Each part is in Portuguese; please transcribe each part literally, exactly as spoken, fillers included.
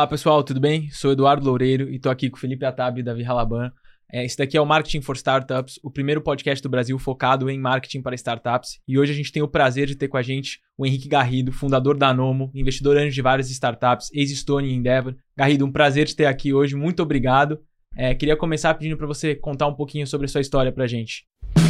Fala pessoal, tudo bem? Sou Eduardo Loureiro e tô aqui com o Felipe Atab e Davi Halaban. É, esse daqui é o Marketing for Startups, o primeiro podcast do Brasil focado em marketing para startups. E hoje a gente tem o prazer de ter com a gente o Henrique Garrido, fundador da Nomo, investidor anjo de várias startups, ex-Stone e Endeavor. Garrido, um prazer te ter aqui hoje, muito obrigado. É, queria começar pedindo para você contar um pouquinho sobre a sua história pra gente.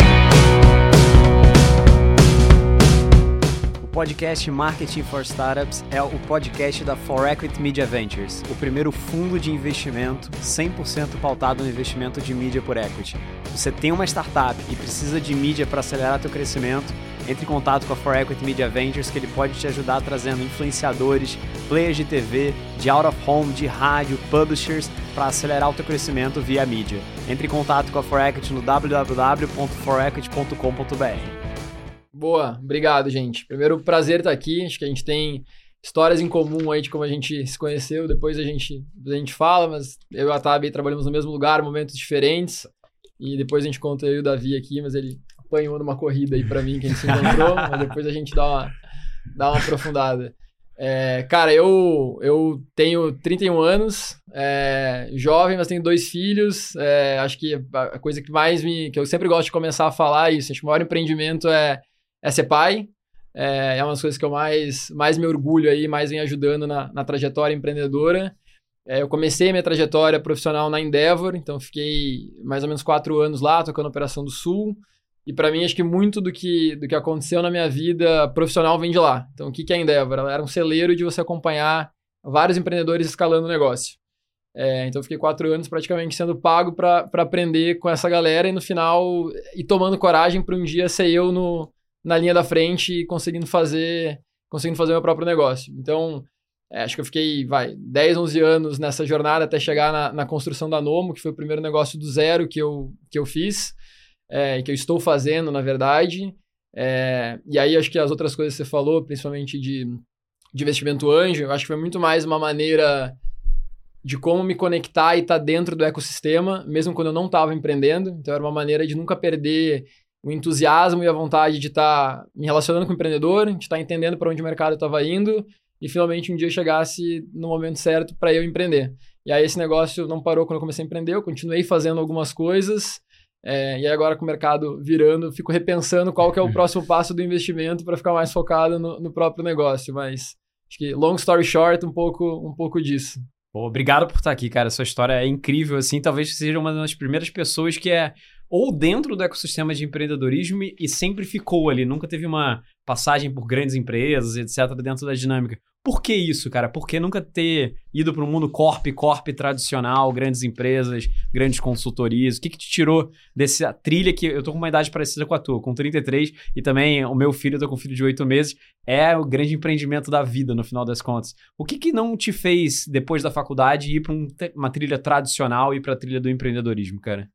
O podcast Marketing for Startups é o podcast da For Equity Media Ventures, o primeiro fundo de investimento cem por cento pautado no investimento de mídia por equity. Você tem uma startup e precisa de mídia para acelerar seu crescimento? Entre em contato com a For Equity Media Ventures, que ele pode te ajudar trazendo influenciadores, players de T V, de out of home, de rádio, publishers, para acelerar o teu crescimento via mídia. Entre em contato com a For Equity no w w w ponto for equity ponto com ponto b r. Boa, obrigado, gente. Primeiro, prazer estar aqui. Acho que a gente tem histórias em comum aí de como a gente se conheceu. Depois a gente, a gente fala, mas eu e a Tabi trabalhamos no mesmo lugar, momentos diferentes. E depois a gente conta eu e o Davi aqui, mas ele apanhou numa corrida aí pra mim que a gente se encontrou. Mas depois a gente dá uma, dá uma aprofundada. É, cara, eu, eu tenho trinta e um anos, é, jovem, mas tenho dois filhos. É, acho que a coisa que mais me... que eu sempre gosto de começar a falar é isso. Acho que o maior empreendimento é É ser pai, é, é uma das coisas que eu mais, mais me orgulho aí, mais vem ajudando na, na trajetória empreendedora. É, eu comecei minha trajetória profissional na Endeavor, então fiquei mais ou menos quatro anos lá, tocando a Operação do Sul. E para mim, acho que muito do que, do que aconteceu na minha vida profissional vem de lá. Então, o que, que é a Endeavor? Ela era um celeiro de você acompanhar vários empreendedores escalando o negócio. É, então, eu fiquei quatro anos praticamente sendo pago para aprender com essa galera e no final, ir tomando coragem para um dia ser eu no... na linha da frente e conseguindo fazer, conseguindo fazer meu próprio negócio. Então, é, acho que eu fiquei, vai, dez, onze anos nessa jornada até chegar na, na construção da Nomo, que foi o primeiro negócio do zero que eu, que eu fiz, é, que eu estou fazendo, na verdade. É, e aí, acho que as outras coisas que você falou, principalmente de, de investimento anjo, eu acho que foi muito mais uma maneira de como me conectar e estar dentro do ecossistema, mesmo quando eu não estava empreendendo. Então, era uma maneira de nunca perder o entusiasmo e a vontade de estar tá me relacionando com o empreendedor, de estar tá entendendo para onde o mercado estava indo e finalmente um dia chegasse no momento certo para eu empreender. E aí esse negócio não parou quando eu comecei a empreender, eu continuei fazendo algumas coisas é, e aí agora com o mercado virando, fico repensando qual que é o próximo passo do investimento para ficar mais focado no, no próprio negócio, mas acho que long story short, um pouco, um pouco disso. Pô, obrigado por estar aqui, cara. Sua história é incrível, assim. Talvez seja uma das primeiras pessoas que é ou dentro do ecossistema de empreendedorismo e sempre ficou ali. Nunca teve uma passagem por grandes empresas, etcétera, dentro da dinâmica. Por que isso, cara? Por que nunca ter ido para o mundo corp, corp tradicional, grandes empresas, grandes consultorias? O que que te tirou dessa trilha que... Eu tô com uma idade parecida com a tua, com trinta e três, e também o meu filho, eu tô com um filho de oito meses, é o grande empreendimento da vida, no final das contas. O que que não te fez, depois da faculdade, ir para um, uma trilha tradicional e para a trilha do empreendedorismo, cara?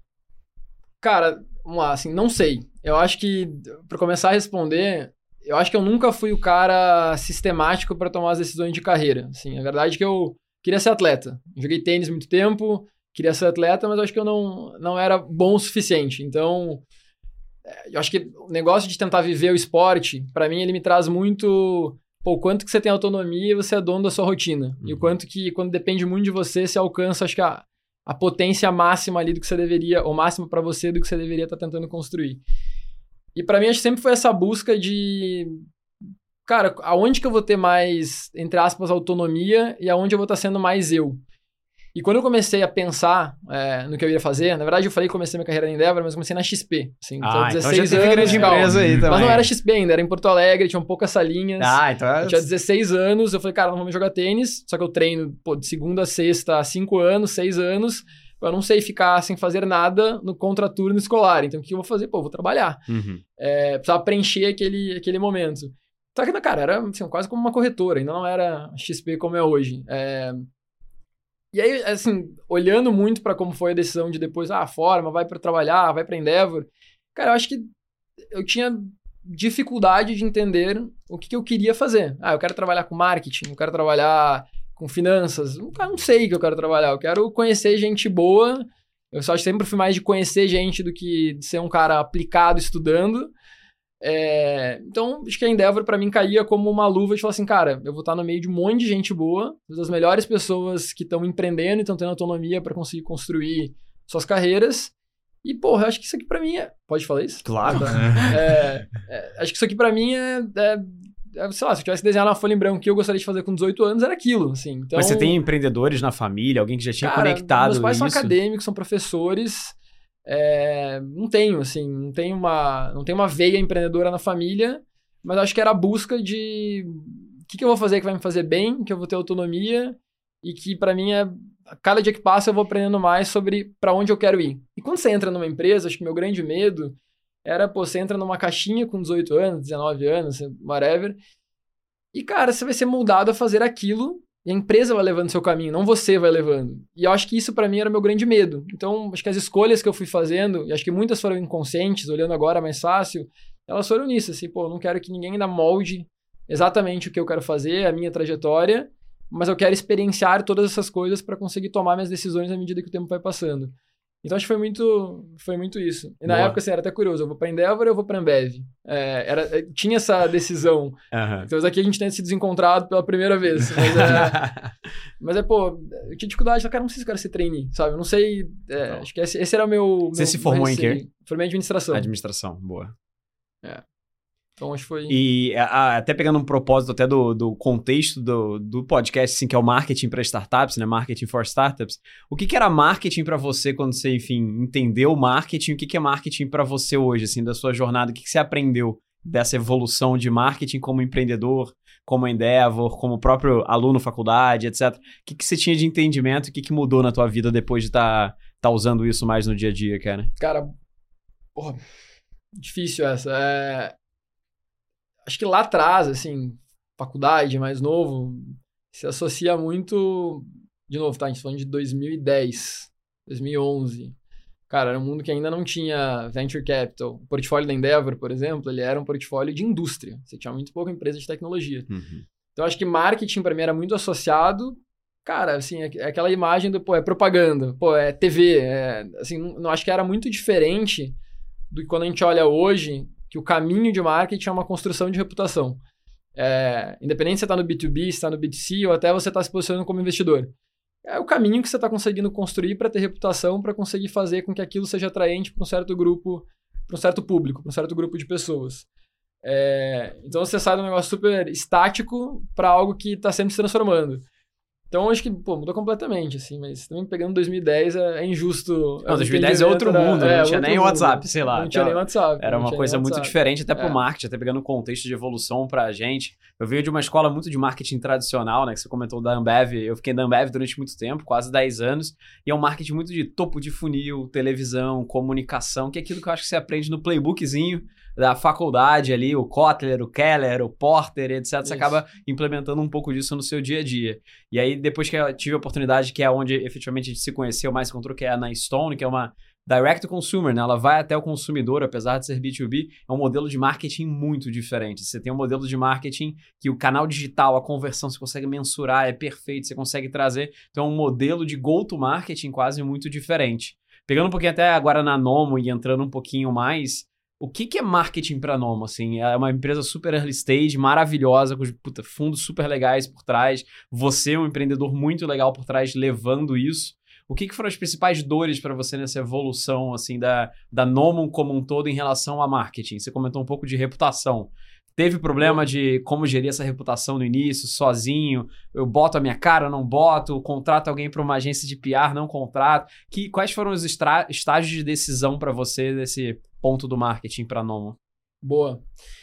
Cara, vamos lá, assim, não sei. Eu acho que, para começar a responder, eu acho que eu nunca fui o cara sistemático para tomar as decisões de carreira. Assim, a verdade é que eu queria ser atleta. Joguei tênis muito tempo, queria ser atleta, mas eu acho que eu não, não era bom o suficiente. Então, eu acho que o negócio de tentar viver o esporte, para mim, ele me traz muito... Pô, o quanto que você tem autonomia e você é dono da sua rotina. Uhum. E o quanto que, quando depende muito de você, você alcança, acho que a... a potência máxima ali do que você deveria, ou máximo para você do que você deveria estar tá tentando construir. E para mim, acho que sempre foi essa busca de, cara, aonde que eu vou ter mais, entre aspas, autonomia e aonde eu vou estar tá sendo mais eu. E quando eu comecei a pensar é, no que eu ia fazer, na verdade eu falei que comecei minha carreira na Endeavor, mas eu comecei na X P. Assim, então, ah, dezesseis então já teve anos, grande empresa aí também. Mas não era X P ainda, era em Porto Alegre, tinha poucas salinhas. Ah, então é... Eu tinha dezesseis anos, eu falei, cara, não vou me jogar tênis, só que eu treino pô, de segunda a sexta há cinco anos, seis anos, eu não sei ficar sem fazer nada no contraturno escolar. Então, o que eu vou fazer? Pô, eu vou trabalhar. Uhum. É, precisava preencher aquele, aquele momento. Só que, cara, era assim, quase como uma corretora, ainda não era X P como é hoje. É... E aí, assim, olhando muito para como foi a decisão de depois, ah, forma, vai para trabalhar, vai para Endeavor, cara, eu acho que eu tinha dificuldade de entender o que, que eu queria fazer. Ah, eu quero trabalhar com marketing, eu quero trabalhar com finanças, eu não sei o que eu quero trabalhar, eu quero conhecer gente boa, eu só sempre fui mais de conhecer gente do que de ser um cara aplicado estudando, É, então, acho que a Endeavor pra mim caía como uma luva de falar assim, cara, eu vou estar no meio de um monte de gente boa, das melhores pessoas que estão empreendendo e estão tendo autonomia pra conseguir construir suas carreiras. E, porra, eu acho que isso aqui pra mim é... Pode falar isso? Claro. É, é, acho que isso aqui pra mim é, é, é... Sei lá, se eu tivesse que desenhar na folha em branco o que eu gostaria de fazer com dezoito anos, era aquilo, assim. Então, mas você tem empreendedores na família? Alguém que já tinha cara, conectado isso? Meus pais isso? são acadêmicos, são professores... É, não tenho, assim, não tenho uma, não tenho uma veia empreendedora na família, mas acho que era a busca de o que, que eu vou fazer que vai me fazer bem, que eu vou ter autonomia e que pra mim é, cada dia que passa eu vou aprendendo mais sobre pra onde eu quero ir. E quando você entra numa empresa, acho que meu grande medo era, pô, você entra numa caixinha com dezoito anos, dezenove anos, whatever, e cara, você vai ser moldado a fazer aquilo. E a empresa vai levando seu caminho, não você vai levando. E eu acho que isso pra mim era o meu grande medo. Então, acho que as escolhas que eu fui fazendo, e acho que muitas foram inconscientes, olhando agora mais fácil, elas foram nisso, assim, pô, eu não quero que ninguém ainda molde exatamente o que eu quero fazer, a minha trajetória, mas eu quero experienciar todas essas coisas pra conseguir tomar minhas decisões à medida que o tempo vai passando. Então, acho que foi muito, foi muito isso. E na Boa. época, assim, era até curioso, eu vou pra Endeavor ou eu vou pra Ambev? É, era, tinha essa decisão. Uhum. Então, aqui a gente tem se desencontrado pela primeira vez. Mas é, mas é pô, eu tinha dificuldade, cara, não sei se eu quero ser trainee, sabe? Eu não sei, é, acho que esse, esse era o meu... Você meu, se formou em quê? Formei em administração. Administração, boa. É. Então, acho que foi... E a, até pegando um propósito até do, do contexto do, do podcast, assim, que é o marketing para startups, né? Marketing for startups. O que, que era marketing para você quando você, enfim, entendeu o marketing? O que, que é marketing para você hoje, assim, da sua jornada? O que, que você aprendeu dessa evolução de marketing como empreendedor, como Endeavor, como próprio aluno faculdade, etcétera? O que, que você tinha de entendimento e o que, que mudou na tua vida depois de estar tá, tá usando isso mais no dia a dia, cara? Cara, porra, difícil essa. É... Acho que lá atrás, assim, faculdade, mais novo, se associa muito... De novo, tá? A gente tá falando de dois mil e dez, dois mil e onze. Cara, era um mundo que ainda não tinha venture capital. O portfólio da Endeavor, por exemplo, ele era um portfólio de indústria. Você tinha muito pouca empresa de tecnologia. Uhum. Então, acho que marketing, pra mim, era muito associado... Cara, assim, é aquela imagem do, pô, é propaganda, pô, é T V. É, assim, não, não acho que era muito diferente do que quando a gente olha hoje... que o caminho de marketing é uma construção de reputação. É, independente se você está no B dois B, se está no B dois C, ou até você está se posicionando como investidor. É o caminho que você está conseguindo construir para ter reputação, para conseguir fazer com que aquilo seja atraente para um certo grupo, para um certo público, para um certo grupo de pessoas. É, então você sai de um negócio super estático para algo que está sempre se transformando. Então, acho que, pô, mudou completamente, assim, mas também pegando dois mil e dez é, é injusto. Não, dois mil e dez é outro mundo, é, não tinha nem mundo. WhatsApp, sei lá. Não tinha nem WhatsApp. Era uma coisa muito diferente até pro é. marketing, até pegando o contexto de evolução pra gente. Eu venho de uma escola muito de marketing tradicional, né, que você comentou da Ambev. Eu fiquei na Ambev durante muito tempo, quase dez anos, e é um marketing muito de topo de funil, televisão, comunicação, que é aquilo que eu acho que você aprende no playbookzinho da faculdade ali, o Kotler, o Keller, o Porter, etcétera. Você Isso. acaba implementando um pouco disso no seu dia a dia. E aí, depois que eu tive a oportunidade, que é onde efetivamente a gente se conheceu mais, encontrou, que é a na Stone, que é uma direct to consumer, né? Ela vai até o consumidor, apesar de ser B dois B, é um modelo de marketing muito diferente. Você tem um modelo de marketing que o canal digital, a conversão, você consegue mensurar, é perfeito, você consegue trazer. Então, é um modelo de go-to-marketing quase muito diferente. Pegando um pouquinho até agora na Nomo e entrando um pouquinho mais... O que, que é marketing para a Nomo? Assim, é uma empresa super early stage, maravilhosa, com puta, fundos super legais por trás. Você é um empreendedor muito legal por trás, levando isso. O que, que foram as principais dores para você nessa evolução assim, da, da Nomo como um todo em relação a marketing? Você comentou um pouco de reputação. Teve problema de como gerir essa reputação no início, sozinho? Eu boto a minha cara, não boto? Contrato alguém para uma agência de P R, não contrato? Que, quais foram os estra- estágios de decisão para você desse ponto do marketing para a Nomo? Boa.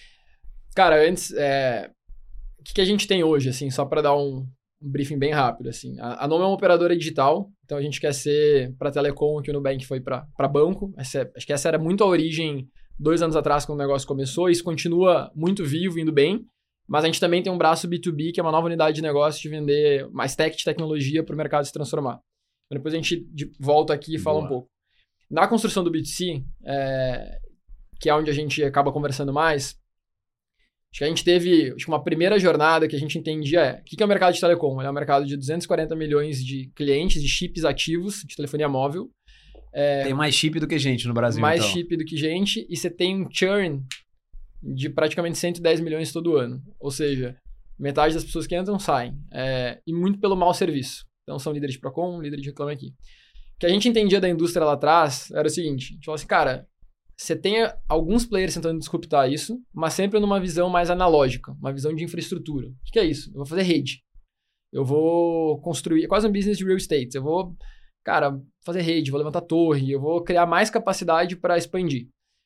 Cara, antes, é... o que, que a gente tem hoje, assim, só para dar um, um briefing bem rápido, assim. A, a Nomo é uma operadora digital, então a gente quer ser para telecom, o que o Nubank foi para banco. Essa é, acho que essa era muito a origem dois anos atrás, quando o negócio começou, e isso continua muito vivo, indo bem, mas a gente também tem um braço B dois B, que é uma nova unidade de negócio de vender mais tech de tecnologia para o mercado se transformar. Então, depois a gente de, volta aqui e fala Boa. um pouco. Na construção do B dois C, é, que é onde a gente acaba conversando mais, acho que a gente teve acho que uma primeira jornada que a gente entendia é, o que é o mercado de telecom? Ele é um mercado de duzentos e quarenta milhões de clientes, de chips ativos de telefonia móvel. É, tem mais chip do que gente no Brasil, mais então. chip do que gente, e você tem um churn de praticamente cento e dez milhões todo ano. Ou seja, metade das pessoas que entram saem. É, e muito pelo mau serviço. Então são líderes de Procon, líderes de Reclame Aqui. O que a gente entendia da indústria lá atrás era o seguinte, a gente falou assim, cara, você tem alguns players tentando disruptar isso, mas sempre numa visão mais analógica, uma visão de infraestrutura. O que é isso? Eu vou fazer rede. Eu vou construir, é quase um business de real estate. Eu vou, cara, fazer rede, vou levantar torre, eu vou criar mais capacidade para expandir.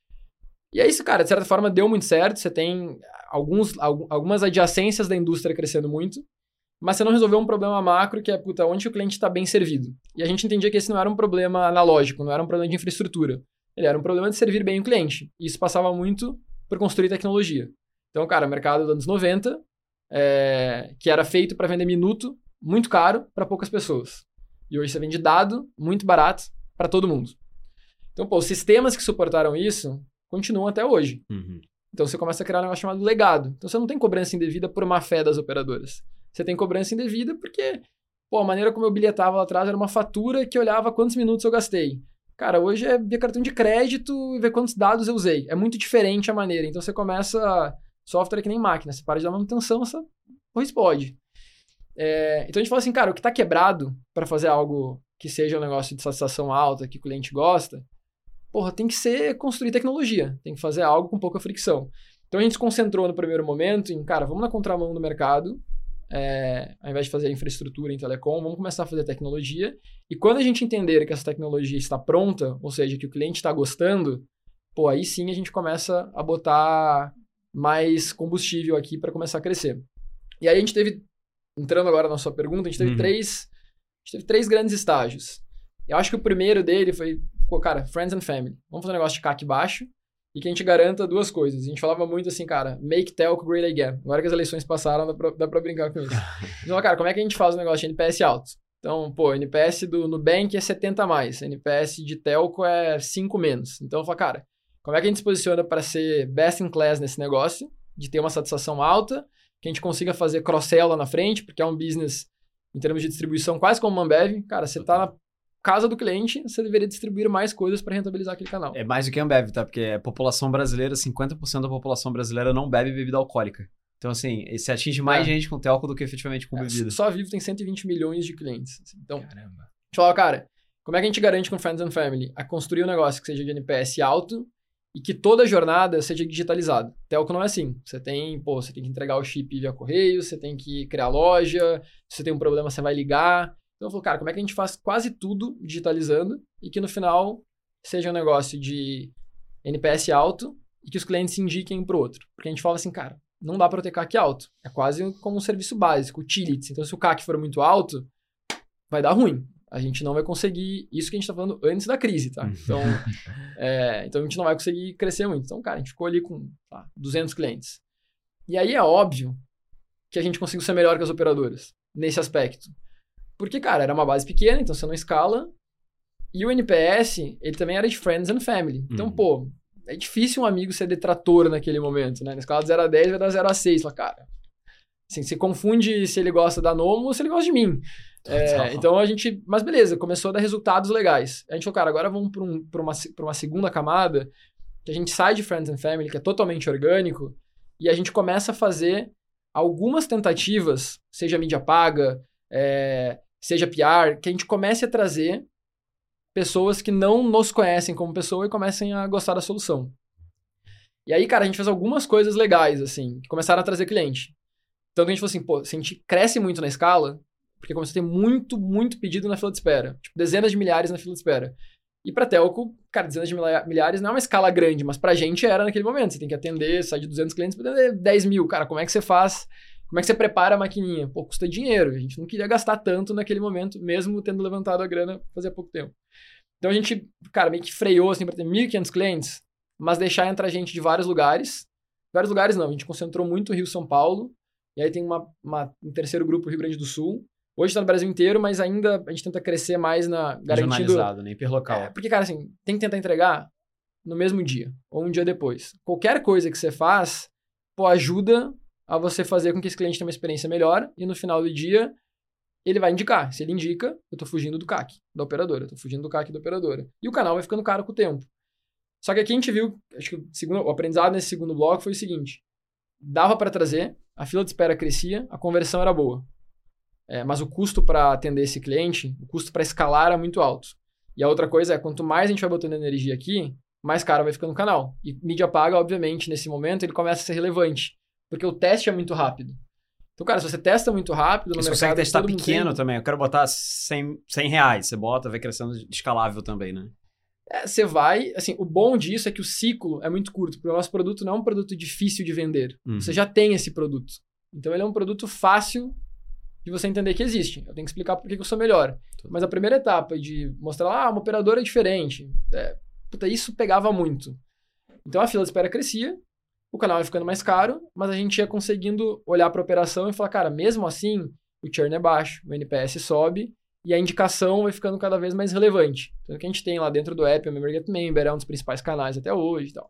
E é isso, cara, de certa forma deu muito certo, você tem alguns, algumas adjacências da indústria crescendo muito, mas você não resolveu um problema macro que é, puta, onde o cliente está bem servido. E a gente entendia que esse não era um problema analógico, não era um problema de infraestrutura. Ele era um problema de servir bem o cliente. E isso passava muito por construir tecnologia. Então, cara, o mercado dos anos noventa, é, que era feito para vender minuto, muito caro, para poucas pessoas. E hoje você vende dado, muito barato, para todo mundo. Então, pô, os sistemas que suportaram isso continuam até hoje. Uhum. Então, você começa a criar um negócio chamado legado. Então, você não tem cobrança indevida por má fé das operadoras. Você tem cobrança indevida porque, pô, a maneira como eu bilhetava lá atrás era uma fatura que olhava quantos minutos eu gastei. Cara, hoje é ver cartão de crédito e ver quantos dados eu usei. É muito diferente a maneira. Então, você começa... Software é que nem máquina. Você para de dar manutenção, você explode. É, então, a gente fala assim, cara, o que está quebrado para fazer algo que seja um negócio de satisfação alta, que o cliente gosta, porra, tem que ser construir tecnologia. Tem que fazer algo com pouca fricção. Então, a gente se concentrou no primeiro momento em, cara, vamos na contramão do mercado. É, ao invés de fazer infraestrutura em telecom, vamos começar a fazer tecnologia. E quando a gente entender que essa tecnologia está pronta, ou seja, que o cliente está gostando, pô, aí sim a gente começa a botar mais combustível aqui para começar a crescer. E aí a gente teve, entrando agora na sua pergunta, a gente teve, uhum. três, a gente teve três grandes estágios. Eu acho que o primeiro dele foi, pô, cara, Friends and Family. Vamos fazer um negócio de C A C baixo e que a gente garanta duas coisas. A gente falava muito assim, cara, make telco great again. Agora que as eleições passaram, dá pra, dá pra brincar com isso. Então, cara, como é que a gente faz um negócio de N P S alto? Então, pô, N P S do Nubank é setenta mais, N P S de telco é cinco menos. Então, eu falo, cara, como é que a gente se posiciona para ser best in class nesse negócio, de ter uma satisfação alta, que a gente consiga fazer cross-sell lá na frente, porque é um business, em termos de distribuição, quase como uma Ambev. Cara, você tá na casa do cliente, você deveria distribuir mais coisas para rentabilizar aquele canal. É mais do que Ambev, tá? Porque a população brasileira, cinquenta por cento da população brasileira não bebe bebida alcoólica. Então, assim, você atinge mais é. gente com telco do que efetivamente com é, bebida. Só a Vivo tem cento e vinte milhões de clientes. Então, caramba. Deixa eu falar, cara, como é que a gente garante com Friends and Family a construir um negócio que seja de N P S alto e que toda a jornada seja digitalizada? Telco não é assim. Você tem, pô, você tem que entregar o chip via correio, você tem que criar loja, se você tem um problema, você vai ligar. Então eu falo, cara, como é que a gente faz quase tudo digitalizando e que no final seja um negócio de N P S alto e que os clientes se indiquem um pro outro? Porque a gente fala assim, cara, não dá para ter C A C alto. É quase como um serviço básico, utilities. Então se o C A C for muito alto, vai dar ruim. A gente não vai conseguir... Isso que a gente tá falando antes da crise, tá? Então, é, então a gente não vai conseguir crescer muito. Então, cara, a gente ficou ali com tá, duzentos clientes. E aí é óbvio que a gente conseguiu ser melhor que as operadoras nesse aspecto. Porque, cara, era uma base pequena, então você não escala. E o N P S, ele também era de Friends and Family. Então, uhum. pô, é difícil um amigo ser detrator naquele momento, né? Na escala de zero a dez vai dar zero a seis. Fala, cara, assim, você confunde se ele gosta da Nomo ou se ele gosta de mim. É, então a gente... Mas beleza, começou a dar resultados legais. A gente falou, cara, agora vamos para um, uma, uma segunda camada, que a gente sai de Friends and Family, que é totalmente orgânico, e a gente começa a fazer algumas tentativas, seja mídia paga, é, seja P R, que a gente comece a trazer pessoas que não nos conhecem como pessoa e comecem a gostar da solução. E aí, cara, a gente fez algumas coisas legais, assim, que começaram a trazer cliente. Então a gente falou assim, pô, se a gente cresce muito na escala, porque começou a ter muito, muito pedido na fila de espera. Tipo, dezenas de milhares na fila de espera. E pra telco, cara, dezenas de milhares não é uma escala grande, mas pra gente era naquele momento. Você tem que atender, sai de duzentos clientes pra atender dez mil. Cara, como é que você faz? Como é que você prepara a maquininha? Pô, custa dinheiro. A gente não queria gastar tanto naquele momento, mesmo tendo levantado a grana fazia pouco tempo. Então a gente, cara, meio que freou assim pra ter mil e quinhentos clientes, mas deixar entrar gente de vários lugares. Vários lugares não, a gente concentrou muito Rio e São Paulo. E aí tem uma, uma, um terceiro grupo, Rio Grande do Sul. Hoje está no Brasil inteiro, mas ainda a gente tenta crescer mais na garantido... Regionalizado, né? Hiperlocal. É, porque, cara, assim, tem que tentar entregar no mesmo dia, ou um dia depois. Qualquer coisa que você faz, pô, ajuda a você fazer com que esse cliente tenha uma experiência melhor, e no final do dia, ele vai indicar. Se ele indica, eu tô fugindo do C A C, da operadora. Eu tô fugindo do C A C da operadora. E o canal vai ficando caro com o tempo. Só que aqui a gente viu, acho que o, segundo, o aprendizado nesse segundo bloco foi o seguinte, dava para trazer, a fila de espera crescia, a conversão era boa. É, mas o custo para atender esse cliente, o custo para escalar era muito alto. E a outra coisa é, quanto mais a gente vai botando energia aqui, mais caro vai ficando o canal. E mídia paga, obviamente, nesse momento, ele começa a ser relevante. Porque o teste é muito rápido. Então, cara, se você testa muito rápido no você mercado... consegue testar todo mundo pequeno tem, também. Eu quero botar cem, cem reais. Você bota, vai crescendo escalável também, né? É, você vai... Assim, o bom disso é que o ciclo é muito curto. Porque o nosso produto não é um produto difícil de vender. Uhum. Você já tem esse produto. Então, ele é um produto fácil de você entender que existe. Eu tenho que explicar por que eu sou melhor. Mas a primeira etapa de mostrar, ah, uma operadora é diferente. É, puta, isso pegava muito. Então, a fila de espera crescia. O canal ia ficando mais caro, mas a gente ia conseguindo olhar para a operação e falar, cara, mesmo assim, o churn é baixo, o N P S sobe e a indicação vai ficando cada vez mais relevante. Então, o que a gente tem lá dentro do app, o Member Get Member, é um dos principais canais até hoje e tal.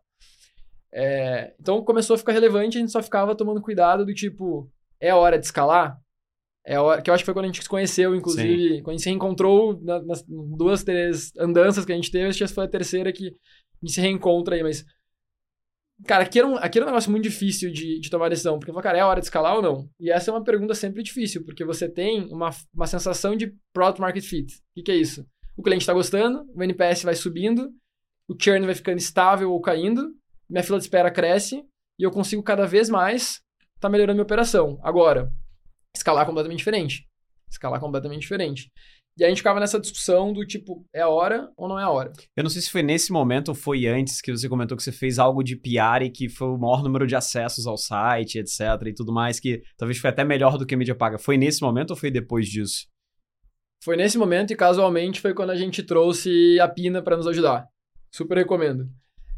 É, então, começou a ficar relevante, a gente só ficava tomando cuidado do tipo, é hora de escalar? É hora, que eu acho que foi quando a gente se conheceu, inclusive, Sim. quando a gente se reencontrou na, nas duas, três andanças que a gente teve, acho que essa foi a terceira que a gente se reencontra aí, mas cara, aqui era um, aqui era um negócio muito difícil de, de tomar decisão, porque eu falo, cara, é hora de escalar ou não? E essa é uma pergunta sempre difícil, porque você tem uma, uma sensação de product market fit. O que, que é isso? O cliente está gostando, o N P S vai subindo, o churn vai ficando estável ou caindo, minha fila de espera cresce e eu consigo cada vez mais estar tá melhorando minha operação. Agora, escalar completamente diferente. Escalar completamente diferente. E aí a gente ficava nessa discussão do tipo, é a hora ou não é a hora? Eu não sei se foi nesse momento ou foi antes que você comentou que você fez algo de P R e que foi o maior número de acessos ao site, etc e tudo mais, que talvez foi até melhor do que a mídia paga. Foi nesse momento ou foi depois disso? Foi nesse momento e casualmente foi quando a gente trouxe a Pina para nos ajudar. Super recomendo.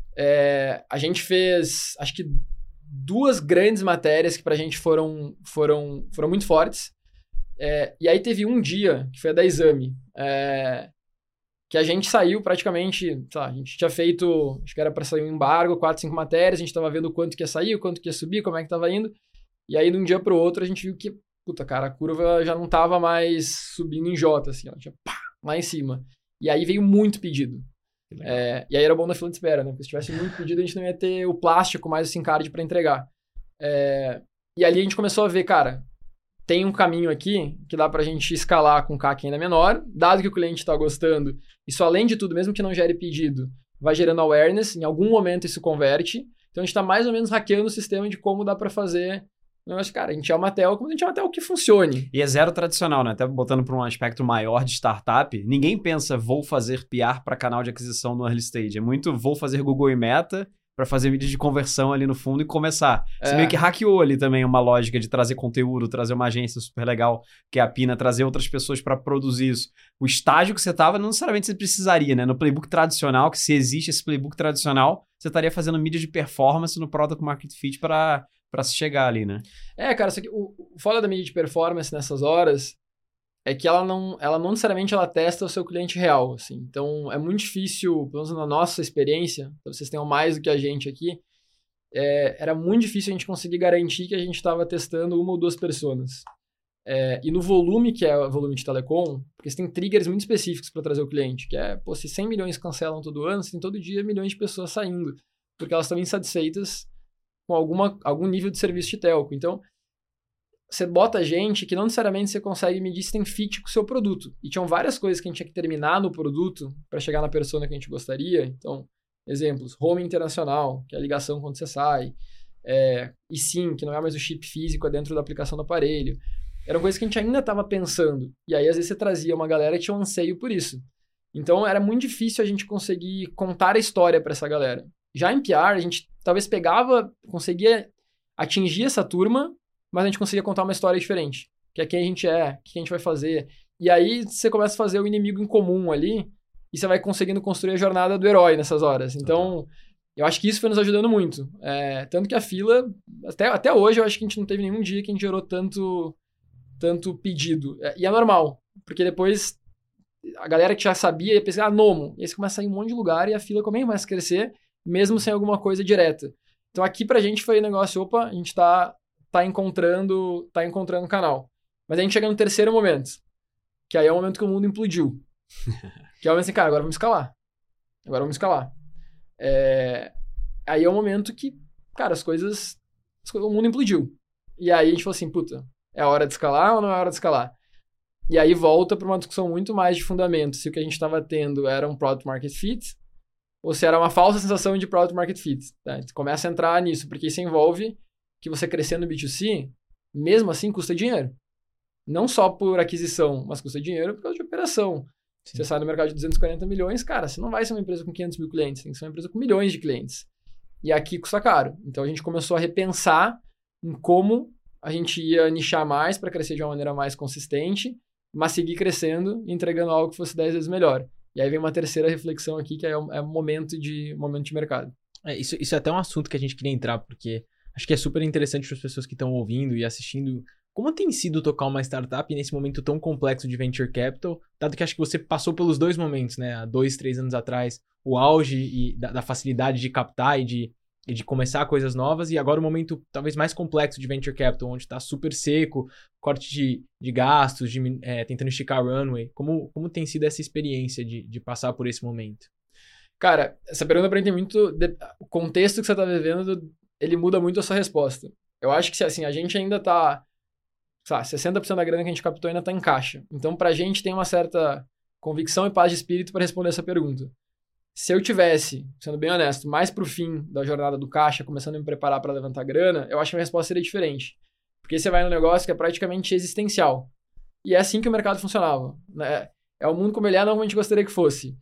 É, a gente fez, acho que duas grandes matérias que pra gente foram, foram, foram muito fortes. É, e aí teve um dia, que foi a da Exame, é, que a gente saiu praticamente, sei lá, a gente tinha feito, acho que era para sair um embargo, quatro, cinco matérias, a gente tava vendo o quanto que ia sair, o quanto que ia subir, como é que tava indo, e aí de um dia pro outro a gente viu que, puta cara, a curva já não tava mais subindo em J, assim, ela tinha pá, lá em cima. E aí veio muito pedido. É, e aí era bom na fila de espera, né? Porque se tivesse muito pedido, a gente não ia ter o plástico mais o SIM card para entregar. É, e ali a gente começou a ver, cara, tem um caminho aqui que dá pra gente escalar com C A C ainda menor, dado que o cliente tá gostando. Isso, além de tudo, mesmo que não gere pedido, vai gerando awareness, em algum momento isso converte. Então a gente tá mais ou menos hackeando o sistema de como dá pra fazer. Mas, cara, a gente é uma tel, como a gente é uma tel que funcione. E é zero tradicional, né? Até botando para um aspecto maior de startup, ninguém pensa, vou fazer P R para canal de aquisição no early stage. É muito, vou fazer Google e Meta para fazer vídeo de conversão ali no fundo e começar. Você É. meio que hackeou ali também uma lógica de trazer conteúdo, trazer uma agência super legal, que é a Pina, trazer outras pessoas para produzir isso. O estágio que você estava, não necessariamente você precisaria, né? No playbook tradicional, que se existe esse playbook tradicional, você estaria fazendo mídia de performance no Product Market Fit para para se chegar ali, né? É, cara, só que o, o foda da mídia de performance nessas horas é que ela não, ela não necessariamente ela testa o seu cliente real, assim. Então, é muito difícil, pelo menos na nossa experiência, vocês tenham mais do que a gente aqui, é, era muito difícil a gente conseguir garantir que a gente estava testando uma ou duas pessoas. É, e no volume, que é o volume de telecom, porque você tem triggers muito específicos para trazer o cliente, que é, pô, se cem milhões cancelam todo ano, você tem todo dia milhões de pessoas saindo, porque elas estão insatisfeitas com alguma, algum nível de serviço de telco. Então, você bota gente que não necessariamente você consegue medir se tem fit com o seu produto. E tinham várias coisas que a gente tinha que terminar no produto para chegar na persona que a gente gostaria. Então, exemplos, home internacional, que é a ligação quando você sai. É, e sim, que não é mais o chip físico, é dentro da aplicação do aparelho. Eram coisas que a gente ainda estava pensando. E aí, às vezes, você trazia uma galera que tinha um anseio por isso. Então, era muito difícil a gente conseguir contar a história para essa galera. Já em P R, a gente talvez pegava, conseguia atingir essa turma, mas a gente conseguia contar uma história diferente. Que é quem a gente é, o que a gente vai fazer. E aí você começa a fazer o inimigo em comum ali, e você vai conseguindo construir a jornada do herói nessas horas. Então, eu acho que isso foi nos ajudando muito. É, tanto que a fila, até, até hoje, eu acho que a gente não teve nenhum dia que a gente gerou tanto, tanto pedido. É, e é normal, porque depois a galera que já sabia ia pensar, ah, Nomo. E aí você começa a sair em um monte de lugar e a fila começa a crescer, mesmo sem alguma coisa direta. Então aqui pra gente foi um negócio, opa, a gente tá, tá encontrando tá encontrando o canal. Mas a gente chega no terceiro momento, que aí é o momento que o mundo implodiu. Que é o momento assim, cara, agora vamos escalar. Agora vamos escalar. É... Aí é o momento que, cara, as coisas... O mundo implodiu. E aí a gente falou assim, puta, é hora de escalar ou não é hora de escalar? E aí volta para uma discussão muito mais de fundamento. Se o que a gente estava tendo era um product market fit, ou se era uma falsa sensação de product market fit. Tá? A gente começa a entrar nisso, porque isso envolve que você crescer no B dois C, mesmo assim, custa dinheiro. Não só por aquisição, mas custa dinheiro por causa de operação. Sim. Você sai no mercado de duzentos e quarenta milhões, cara, você não vai ser uma empresa com quinhentos mil clientes, tem que ser uma empresa com milhões de clientes. E aqui custa caro. Então a gente começou a repensar em como a gente ia nichar mais para crescer de uma maneira mais consistente, mas seguir crescendo e entregando algo que fosse dez vezes melhor. E aí vem uma terceira reflexão aqui, que é o, é o momento, de, momento de mercado. É, isso, isso é até um assunto que a gente queria entrar, porque acho que é super interessante para as pessoas que estão ouvindo e assistindo. Como tem sido tocar uma startup nesse momento tão complexo de venture capital, dado que acho que você passou pelos dois momentos, né? Há dois, três anos atrás, o auge e da, da facilidade de captar e de, e de começar coisas novas, e agora o momento talvez mais complexo de venture capital, onde está super seco, corte de, de gastos, de, é, tentando esticar runway. Como, como tem sido essa experiência de, de passar por esse momento? Cara, essa pergunta pra mim tem muito... De... O contexto que você tá vivendo, ele muda muito a sua resposta. Eu acho que, assim, a gente ainda tá... Sabe, sessenta por cento da grana que a gente captou ainda tá em caixa. Então, pra gente tem uma certa convicção e paz de espírito para responder essa pergunta. Se eu tivesse, sendo bem honesto, mais pro fim da jornada do caixa, começando a me preparar para levantar grana, eu acho que a minha resposta seria diferente. Porque você vai num negócio que é praticamente existencial. E é assim que o mercado funcionava. Né? É o mundo como ele é, não como a gente gostaria que fosse.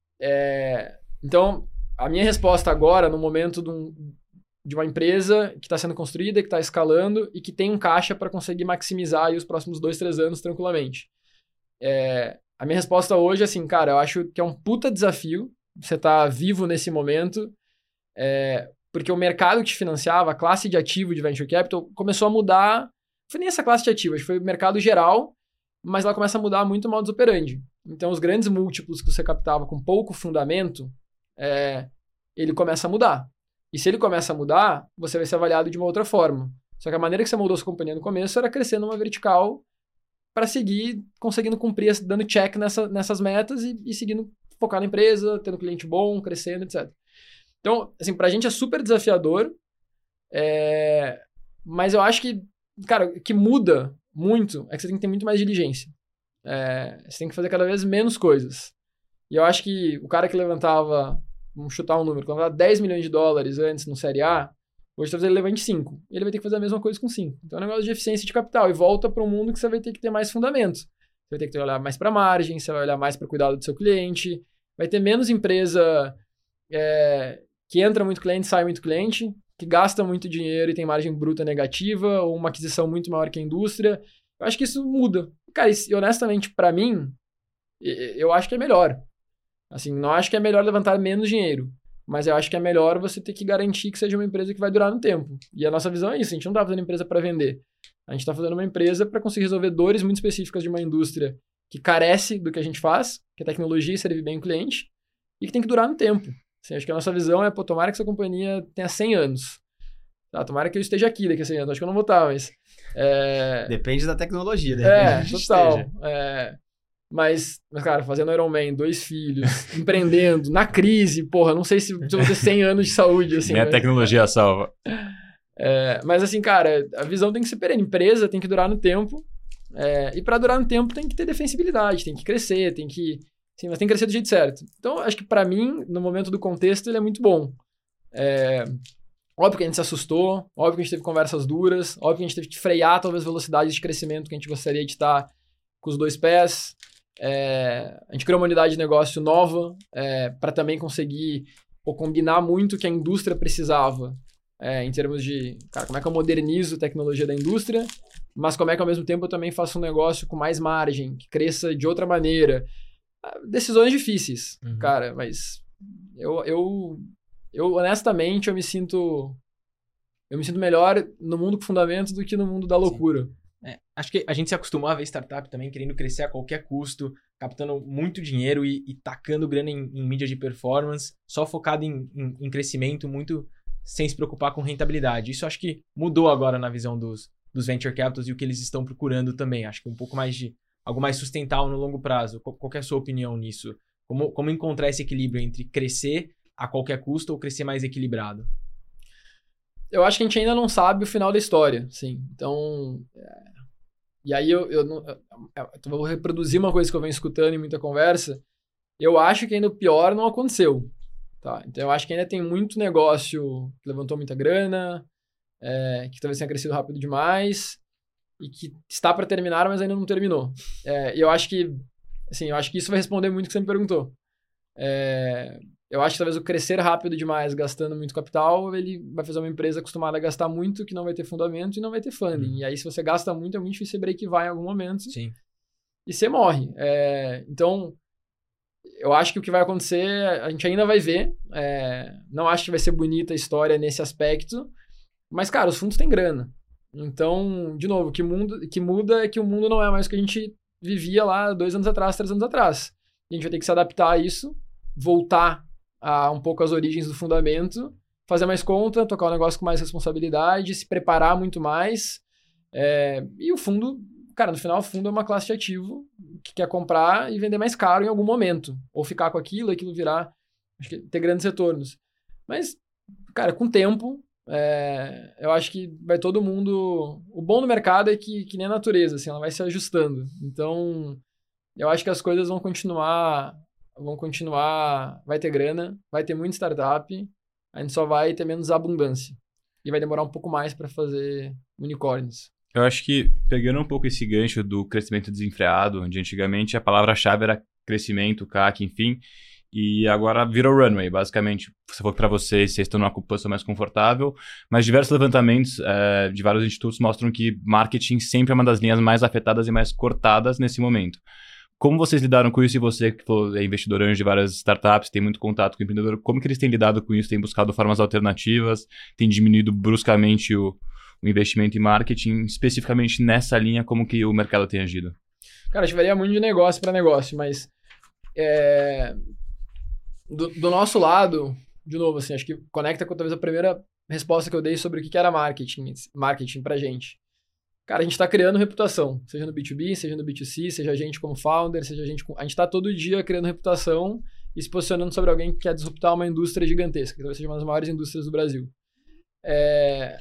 É... Então, a minha resposta agora, no momento de, um, de uma empresa que está sendo construída, que está escalando e que tem um caixa para conseguir maximizar aí os próximos dois, três anos tranquilamente. É... A minha resposta hoje é assim, cara, eu acho que é um puta desafio você tá vivo nesse momento, é, porque o mercado que te financiava, a classe de ativo de venture capital, começou a mudar. Não foi nem essa classe de ativos, foi o mercado geral, mas ela começa a mudar muito o modus operandi. Então, os grandes múltiplos que você captava com pouco fundamento, é, ele começa a mudar. E se ele começa a mudar, você vai ser avaliado de uma outra forma. Só que a maneira que você moldou sua companhia no começo era crescer numa vertical para seguir conseguindo cumprir, dando check nessa, nessas metas e, e seguindo focar na empresa, tendo cliente bom, crescendo, etcétera. Então, assim, pra gente é super desafiador, é... mas eu acho que, cara, o que muda muito é que você tem que ter muito mais diligência. É... Você tem que fazer cada vez menos coisas. E eu acho que o cara que levantava, vamos chutar um número, que levantava dez milhões de dólares antes no Série A, hoje talvez ele levante cinco. E ele vai ter que fazer a mesma coisa com cinco. Então é um negócio de eficiência de capital. E volta para um mundo que você vai ter que ter mais fundamentos. Você vai ter que olhar mais para margem, você vai olhar mais para cuidado do seu cliente. Vai ter menos empresa é, que entra muito cliente, sai muito cliente, que gasta muito dinheiro e tem margem bruta negativa, ou uma aquisição muito maior que a indústria. Eu acho que isso muda. Cara, e honestamente, para mim, eu acho que é melhor. Assim, não acho que é melhor levantar menos dinheiro, mas eu acho que é melhor você ter que garantir que seja uma empresa que vai durar no tempo. E a nossa visão é isso, a gente não tá fazendo empresa para vender. A gente tá fazendo uma empresa para conseguir resolver dores muito específicas de uma indústria que carece do que a gente faz, que é tecnologia e servir bem o cliente, e que tem que durar no tempo. Assim, acho que a nossa visão é, pô, tomara que essa companhia tenha cem anos. Tá, tomara que eu esteja aqui daqui a cem anos. Acho que eu não vou estar, mas... É... Depende da tecnologia, né? É, total. É... Mas, mas, cara, fazendo Iron Man, dois filhos, empreendendo, na crise, porra, não sei se, se eu vou ter cem anos de saúde, assim. Nem a mas... tecnologia salva. É, mas, assim, cara, a visão tem que ser perene. Empresa tem que durar no tempo. É, e para durar no tempo tem que ter defensibilidade, tem que crescer, tem que... Sim, mas tem que crescer do jeito certo. Então, acho que para mim, no momento do contexto, ele é muito bom. É, óbvio que a gente se assustou, óbvio que a gente teve conversas duras, óbvio que a gente teve que frear talvez velocidades de crescimento que a gente gostaria de estar com os dois pés. É, a gente criou uma unidade de negócio nova é, para também conseguir ou combinar muito o que a indústria precisava é, em termos de, cara, como é que eu modernizo a tecnologia da indústria, mas como é que ao mesmo tempo eu também faço um negócio com mais margem, que cresça de outra maneira. Decisões difíceis, uhum. cara, mas eu, eu, eu honestamente eu me sinto eu me sinto melhor no mundo com fundamento do que no mundo da loucura. É, acho que a gente se acostumou a ver startup também querendo crescer a qualquer custo, captando muito dinheiro e, e tacando grana em, em mídia de performance, só focado em, em, em crescimento, muito sem se preocupar com rentabilidade. Isso acho que mudou agora na visão dos, dos venture capitals e o que eles estão procurando também. Acho que um pouco mais de algo mais sustentável no longo prazo. Qual, qual é a sua opinião nisso? Como, como encontrar esse equilíbrio entre crescer a qualquer custo ou crescer mais equilibrado? Eu acho que a gente ainda não sabe o final da história, sim. Então, é... e aí eu, eu, não, eu, eu vou reproduzir uma coisa que eu venho escutando em muita conversa. Eu acho que ainda o pior não aconteceu, tá? Então eu acho que ainda tem muito negócio que levantou muita grana, é, que talvez tenha crescido rápido demais e que está para terminar, mas ainda não terminou. É, e eu acho que, assim, eu acho que isso vai responder muito o que você me perguntou. É, eu acho que talvez o crescer rápido demais, gastando muito capital, ele vai fazer uma empresa acostumada a gastar muito, que não vai ter fundamento e não vai ter funding. Hum. E aí, se você gasta muito, é muito difícil você break-even em algum momento. Sim. E você morre. É, então, eu acho que o que vai acontecer, a gente ainda vai ver. É, não acho que vai ser bonita a história nesse aspecto. Mas, cara, os fundos têm grana. Então, de novo, o que, mundo, que muda é que o mundo não é mais o que a gente vivia lá dois anos atrás, três anos atrás. A gente vai ter que se adaptar a isso, voltar a um pouco as origens do fundamento, fazer mais conta, tocar o negócio com mais responsabilidade, se preparar muito mais. É, e o fundo, cara, no final o fundo é uma classe de ativo que quer comprar e vender mais caro em algum momento. Ou ficar com aquilo, aquilo virar, acho que ter grandes retornos. Mas, cara, com o tempo, é, eu acho que vai todo mundo... O bom do mercado é que, que nem a natureza, assim, ela vai se ajustando. Então, eu acho que as coisas vão continuar... vão continuar, vai ter grana, vai ter muita startup, a gente só vai ter menos abundância. E vai demorar um pouco mais para fazer unicórnios. Eu acho que, pegando um pouco esse gancho do crescimento desenfreado, onde antigamente a palavra-chave era crescimento, C A C, enfim, e agora virou runway, basicamente. Se for para vocês, vocês estão numa posição mais confortável, mas diversos levantamentos é, de vários institutos mostram que marketing sempre é uma das linhas mais afetadas e mais cortadas nesse momento. Como vocês lidaram com isso? E você, que é investidor anjo de várias startups, tem muito contato com o empreendedor, como que eles têm lidado com isso? Têm buscado formas alternativas? Têm diminuído bruscamente o, o investimento em marketing? Especificamente nessa linha, como que o mercado tem agido? Cara, a gente varia muito de negócio para negócio, mas é, do, do nosso lado, de novo, assim, acho que conecta com talvez a primeira resposta que eu dei sobre o que era marketing, marketing pra gente. Cara, a gente está criando reputação, seja no B dois B, seja no B dois C, seja a gente como founder, seja a gente... Com... A gente está todo dia criando reputação e se posicionando sobre alguém que quer disruptar uma indústria gigantesca, que talvez seja uma das maiores indústrias do Brasil. É...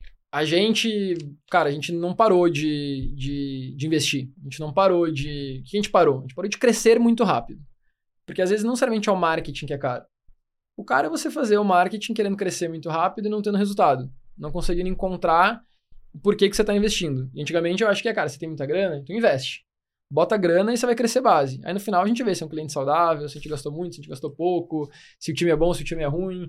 A gente... Cara, a gente não parou de, de, de investir. A gente não parou de... O que a gente parou? A gente parou de crescer muito rápido. Porque às vezes não necessariamente é o marketing que é caro. O cara é você fazer o marketing querendo crescer muito rápido e não tendo resultado. Não conseguindo encontrar... por que, que você está investindo. E antigamente eu acho que é, cara, você tem muita grana, então investe. Bota grana e você vai crescer base. Aí no final a gente vê se é um cliente saudável, se a gente gastou muito, se a gente gastou pouco, se o time é bom, se o time é ruim.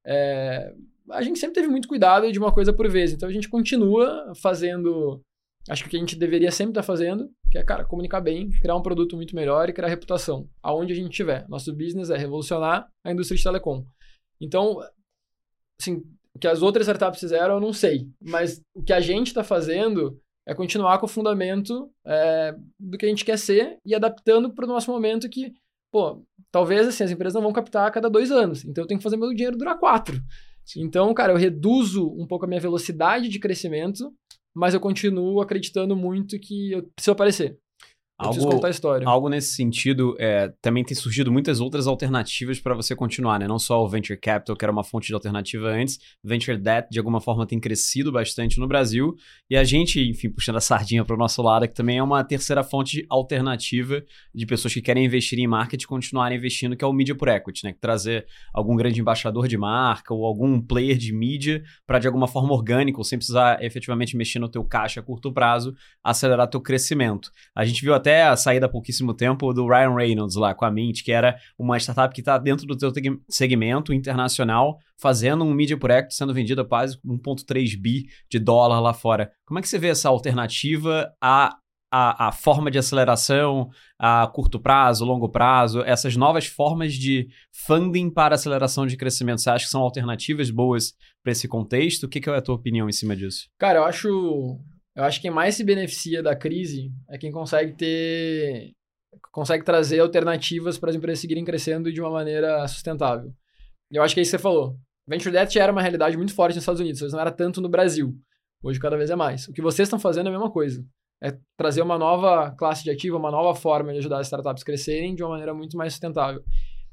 É... A gente sempre teve muito cuidado de uma coisa por vez. Então a gente continua fazendo, acho que o que a gente deveria sempre estar fazendo, que é, cara, comunicar bem, criar um produto muito melhor e criar reputação, aonde a gente estiver. Nosso business é revolucionar a indústria de telecom. Então, assim... O que as outras startups fizeram, eu não sei. Mas o que a gente está fazendo é continuar com o fundamento é, do que a gente quer ser e adaptando para o nosso momento que, pô, talvez assim, as empresas não vão captar a cada dois anos. Então eu tenho que fazer meu dinheiro durar quatro. Então, cara, eu reduzo um pouco a minha velocidade de crescimento, mas eu continuo acreditando muito que eu preciso aparecer. Eu algo, preciso contar a história. Algo nesse sentido, é, também tem surgido muitas outras alternativas para você continuar, né? Não só o Venture Capital, que era uma fonte de alternativa antes, Venture Debt, de alguma forma, tem crescido bastante no Brasil, e a gente, enfim, puxando a sardinha para o nosso lado, que também é uma terceira fonte alternativa de pessoas que querem investir em marketing e continuarem investindo, que é o Media por Equity, né? Trazer algum grande embaixador de marca ou algum player de mídia para, de alguma forma, orgânica, ou sem precisar efetivamente mexer no teu caixa a curto prazo, acelerar teu crescimento. A gente viu até a saída há pouquíssimo tempo do Ryan Reynolds lá com a Mint, que era uma startup que está dentro do teu segmento internacional, fazendo um Media por Equity, sendo vendida a quase um vírgula três bi de dólar lá fora. Como é que você vê essa alternativa à, à, à forma de aceleração, a curto prazo, longo prazo, essas novas formas de funding para aceleração de crescimento? Você acha que são alternativas boas para esse contexto? O que, que é a tua opinião em cima disso? Cara, eu acho... Eu acho que quem mais se beneficia da crise é quem consegue ter... consegue trazer alternativas para as empresas seguirem crescendo de uma maneira sustentável. E eu acho que é isso que você falou. Venture Debt era uma realidade muito forte nos Estados Unidos, mas não era tanto no Brasil. Hoje cada vez é mais. O que vocês estão fazendo é a mesma coisa. É trazer uma nova classe de ativo, uma nova forma de ajudar as startups a crescerem de uma maneira muito mais sustentável.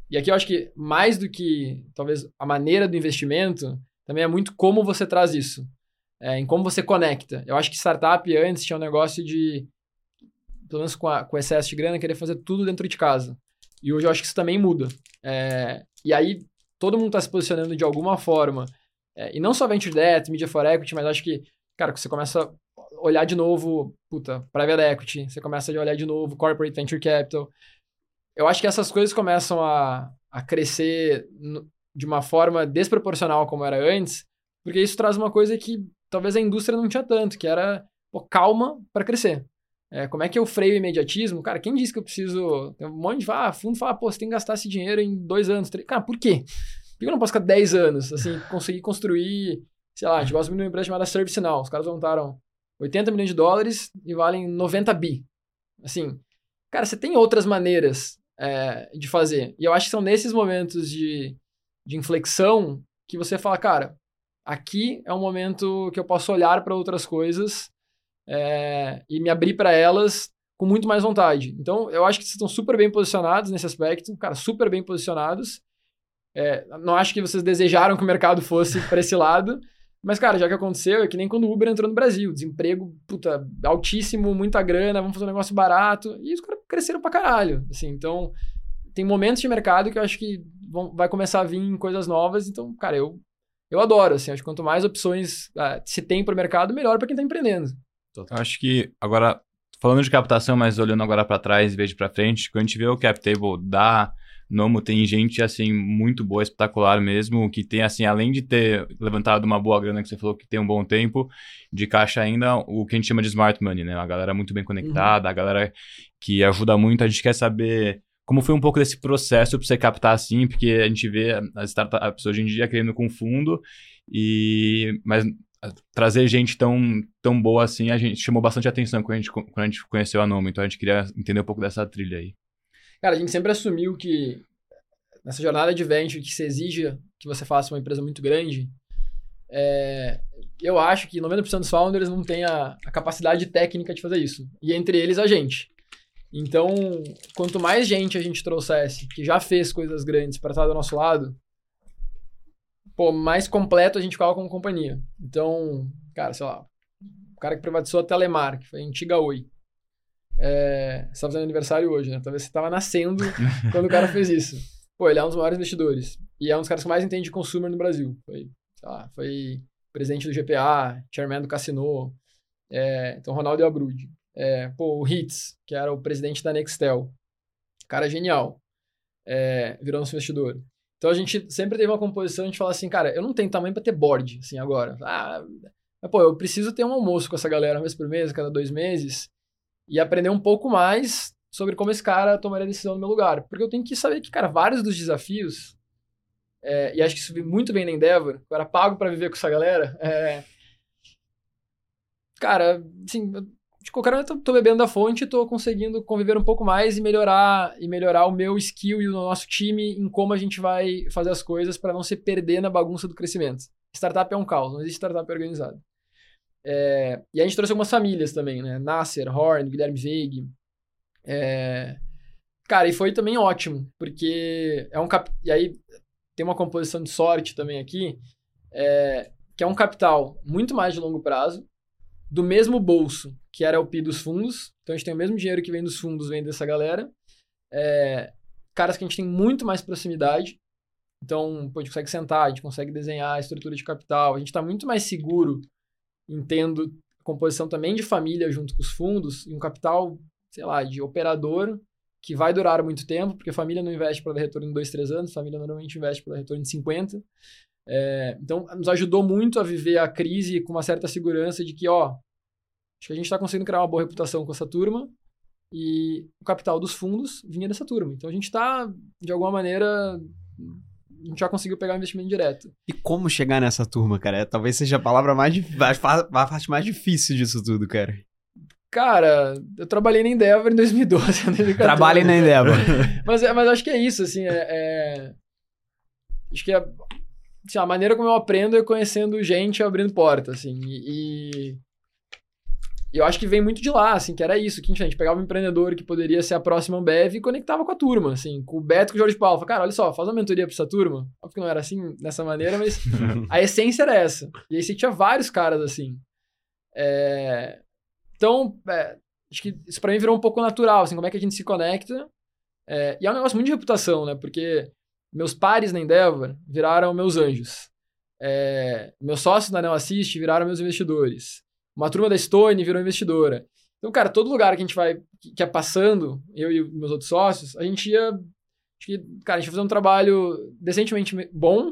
E aqui eu acho que mais do que, talvez, a maneira do investimento, também é muito como você traz isso. É, em como você conecta. Eu acho que startup antes tinha um negócio de, pelo menos com, a, com excesso de grana, querer fazer tudo dentro de casa. E hoje eu acho que isso também muda. É, e aí, todo mundo está se posicionando de alguma forma. É, e não só Venture Debt, Media for Equity, mas acho que, cara, você começa a olhar de novo, puta, Private Equity, você começa a olhar de novo Corporate Venture Capital. Eu acho que essas coisas começam a, a crescer no, de uma forma desproporcional como era antes, porque isso traz uma coisa que talvez a indústria não tinha tanto, que era, pô, calma para crescer. É, como é que eu freio o imediatismo? Cara, quem disse que eu preciso... Tem um monte de ah, fundo fala, pô, você tem que gastar esse dinheiro em dois anos, três... Cara, por quê? Por que eu não posso ficar dez anos, assim, conseguir construir, sei lá, a gente gosta muito de uma empresa chamada ServiceNow. Os caras montaram oitenta milhões de dólares e valem noventa bi. Assim, cara, você tem outras maneiras é, de fazer. E eu acho que são nesses momentos de, de inflexão que você fala, cara, aqui é um momento que eu posso olhar para outras coisas é, e me abrir para elas com muito mais vontade. Então, eu acho que vocês estão super bem posicionados nesse aspecto, cara, super bem posicionados. É, não acho que vocês desejaram que o mercado fosse para esse lado, mas, cara, já que aconteceu, é que nem quando o Uber entrou no Brasil. Desemprego, puta, altíssimo, muita grana, vamos fazer um negócio barato. E os caras cresceram pra caralho. Assim, então, tem momentos de mercado que eu acho que vão, vai começar a vir coisas novas. Então, cara, eu, eu adoro. Assim, acho que quanto mais opções ah, se tem pro mercado, melhor pra quem tá empreendendo. Eu acho que, agora, falando de captação, mas olhando agora pra trás em vez de pra frente, quando a gente vê o cap table da Nomo, tem gente, assim, muito boa, espetacular mesmo, que tem, assim, além de ter levantado uma boa grana, que você falou que tem um bom tempo, de caixa ainda, o que a gente chama de smart money, né? A galera muito bem conectada, uhum. A galera que ajuda muito. A gente quer saber como foi um pouco desse processo para você captar assim, porque a gente vê as startups hoje em dia querendo com fundo, e... mas trazer gente tão, tão boa assim, a gente chamou bastante atenção quando a gente, quando a gente conheceu a Nomo, então a gente queria entender um pouco dessa trilha aí. Cara, a gente sempre assumiu que nessa jornada de venture que se exija que você faça uma empresa muito grande, é, eu acho que noventa por cento dos founders não tem a, a capacidade técnica de fazer isso. E entre eles a gente. Então, quanto mais gente a gente trouxesse que já fez coisas grandes para estar do nosso lado, pô, mais completo a gente ficava como companhia. Então, cara, sei lá, o cara que privatizou a Telemar, que foi a antiga Oi. É, você tá fazendo aniversário hoje, né? Talvez você tava nascendo quando o cara fez isso. Pô, ele é um dos maiores investidores. E é um dos caras que mais entende de consumer no Brasil. Foi, sei lá, foi presidente do G P A, chairman do Cassino. É, então, Ronaldo Abrud. É, pô, o Hitz, que era o presidente da Nextel. Cara genial. É, virou nosso investidor. Então, a gente sempre teve uma composição de falar assim, cara, eu não tenho tamanho pra ter board, assim, agora. Ah, mas, pô, eu preciso ter um almoço com essa galera uma vez por mês, cada dois meses, e aprender um pouco mais sobre como esse cara tomaria a decisão no meu lugar. Porque eu tenho que saber que, cara, vários dos desafios, é, e acho que isso vi muito bem na Endeavor, eu era pago pra viver com essa galera, é, cara, assim, de qualquer maneira, eu tô bebendo da fonte e tô conseguindo conviver um pouco mais e melhorar, e melhorar o meu skill e o nosso time em como a gente vai fazer as coisas para não se perder na bagunça do crescimento. Startup é um caos, não existe startup organizado. É, e a gente trouxe algumas famílias também, né? Nasser, Horn, Guilherme Veig. É, cara, e foi também ótimo, porque é um cap... E aí tem uma composição de sorte também aqui, é, que é um capital muito mais de longo prazo, do mesmo bolso, que era o P dos fundos. Então a gente tem o mesmo dinheiro que vem dos fundos, vem dessa galera. É, caras que a gente tem muito mais proximidade. Então, pô, a gente consegue sentar, a gente consegue desenhar a estrutura de capital, a gente está muito mais seguro entendo composição também de família junto com os fundos e um capital, sei lá, de operador que vai durar muito tempo, porque a família não investe para dar retorno em dois, três anos, a família normalmente investe para dar retorno em cinquenta. É, então, nos ajudou muito a viver a crise com uma certa segurança de que, ó, acho que a gente está conseguindo criar uma boa reputação com essa turma e o capital dos fundos vinha dessa turma. Então, a gente está, de alguma maneira... A gente já conseguiu pegar o investimento direto. E como chegar nessa turma, cara? Talvez seja a palavra mais a parte mais difícil disso tudo, cara. Cara, eu trabalhei na Endeavor em dois mil e doze. Trabalhei na Endeavor. mas, mas acho que é isso, assim, é... é... Acho que é... Assim, a maneira como eu aprendo é conhecendo gente e abrindo porta, assim, e... E eu acho que vem muito de lá, assim, que era isso, que a gente pegava um empreendedor que poderia ser a próxima Ambev e conectava com a turma, assim, com o Beto e com o Jorge Paulo. Falava, cara, olha só, faz uma mentoria pra essa turma. Óbvio que não era assim, dessa maneira, mas a essência era essa. E aí você tinha vários caras, assim. É... Então, é, acho que isso pra mim virou um pouco natural, assim, como é que a gente se conecta. É... E é um negócio muito de reputação, né? Porque meus pares na Endeavor viraram meus anjos. É... Meus sócios na Neo Assist viraram meus investidores. Uma turma da Stone virou investidora. Então, cara, todo lugar que a gente vai, que é passando, eu e meus outros sócios, a gente ia, acho que, cara, a gente ia fazer um trabalho decentemente bom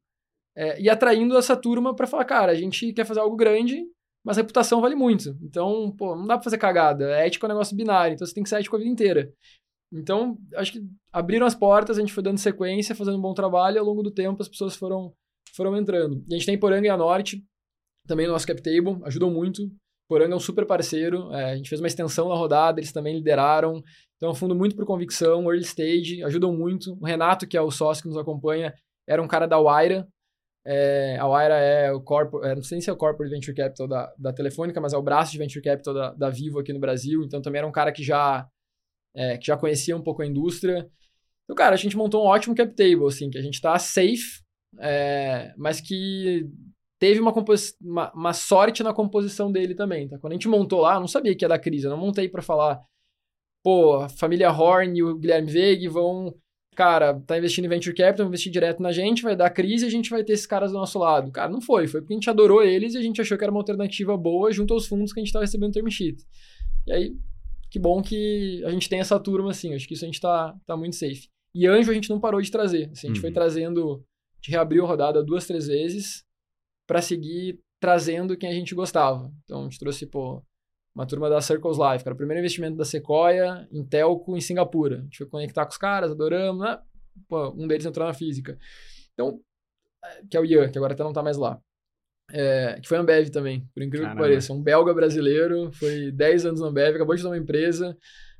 é, e atraindo essa turma para falar, cara, a gente quer fazer algo grande, mas a reputação vale muito. Então, pô, não dá pra fazer cagada. A ética é um negócio binário, então você tem que ser ético a vida inteira. Então, acho que abriram as portas, a gente foi dando sequência, fazendo um bom trabalho, e ao longo do tempo as pessoas foram, foram entrando. E a gente tem Poranga e a Norte, também no nosso cap table, ajudam muito. Poranga é um super parceiro, é, a gente fez uma extensão na rodada, eles também lideraram. Então é um fundo muito por convicção, early stage, ajudam muito. O Renato, que é o sócio que nos acompanha, era um cara da Wayra. É, a Wayra é o corporate, é, não sei se é o corporate venture capital da, da Telefônica, mas é o braço de venture capital da, da Vivo aqui no Brasil. Então também era um cara que já, é, que já conhecia um pouco a indústria. Então, cara, a gente montou um ótimo cap table, assim, que a gente tá safe, é, mas que teve uma, compos... uma, uma sorte na composição dele também, tá? Quando a gente montou lá, eu não sabia que ia dar crise, eu não montei pra falar, pô, a família Horn e o Guilherme Veig vão, cara, tá investindo em Venture Capital, vão investir direto na gente, vai dar crise e a gente vai ter esses caras do nosso lado. Cara, não foi, foi porque a gente adorou eles e a gente achou que era uma alternativa boa junto aos fundos que a gente tava recebendo term sheet. E aí, que bom que a gente tem essa turma, assim, acho que isso a gente tá, tá muito safe. E anjo a gente não parou de trazer, assim, a gente uhum. foi trazendo, a gente reabriu a rodada duas, três vezes, para seguir trazendo quem a gente gostava. Então, a gente trouxe, pô, uma turma da Circles Life, que era o primeiro investimento da Sequoia em telco em Singapura. A gente foi conectar com os caras, adoramos, né? Pô, um deles entrou na física. Então, que é o Ian, que agora até não tá mais lá. É, que foi a Ambev também, por incrível Caramba. que pareça. Um belga brasileiro, foi dez anos na Ambev, acabou de ter uma empresa.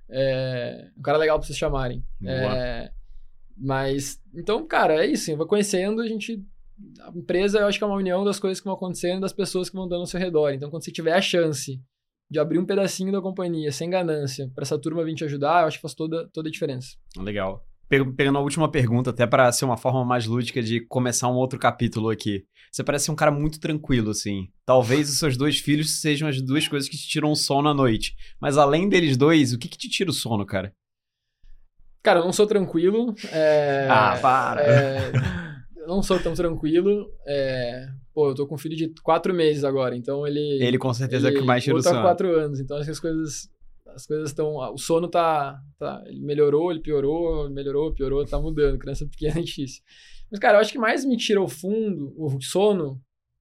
É, um cara legal pra vocês chamarem. É, mas, então, cara, é isso. Eu vou conhecendo, a gente... A empresa, eu acho que é uma união das coisas que vão acontecendo, das pessoas que vão dando ao seu redor. Então, quando você tiver a chance de abrir um pedacinho da companhia, sem ganância, para essa turma vir te ajudar, eu acho que faz toda, toda a diferença. Legal. Pegando a última pergunta, até para ser uma forma mais lúdica de começar um outro capítulo aqui. Você parece um cara muito tranquilo, assim. Talvez os seus dois filhos sejam as duas coisas que te tiram o sono à noite. Mas além deles dois, o que, que te tira o sono, cara? Cara, eu não sou tranquilo. É... Ah, para! É... Eu não sou tão tranquilo. É... Pô, eu tô com um filho de quatro meses agora, então ele... Ele com certeza ele é que mais tira o sono. sono. Ele quatro anos, então acho que as coisas... As coisas estão... O sono tá, tá... Ele melhorou, ele piorou, melhorou, piorou, tá mudando. Criança pequena é difícil. Mas, cara, eu acho que mais me tira o fundo, o sono...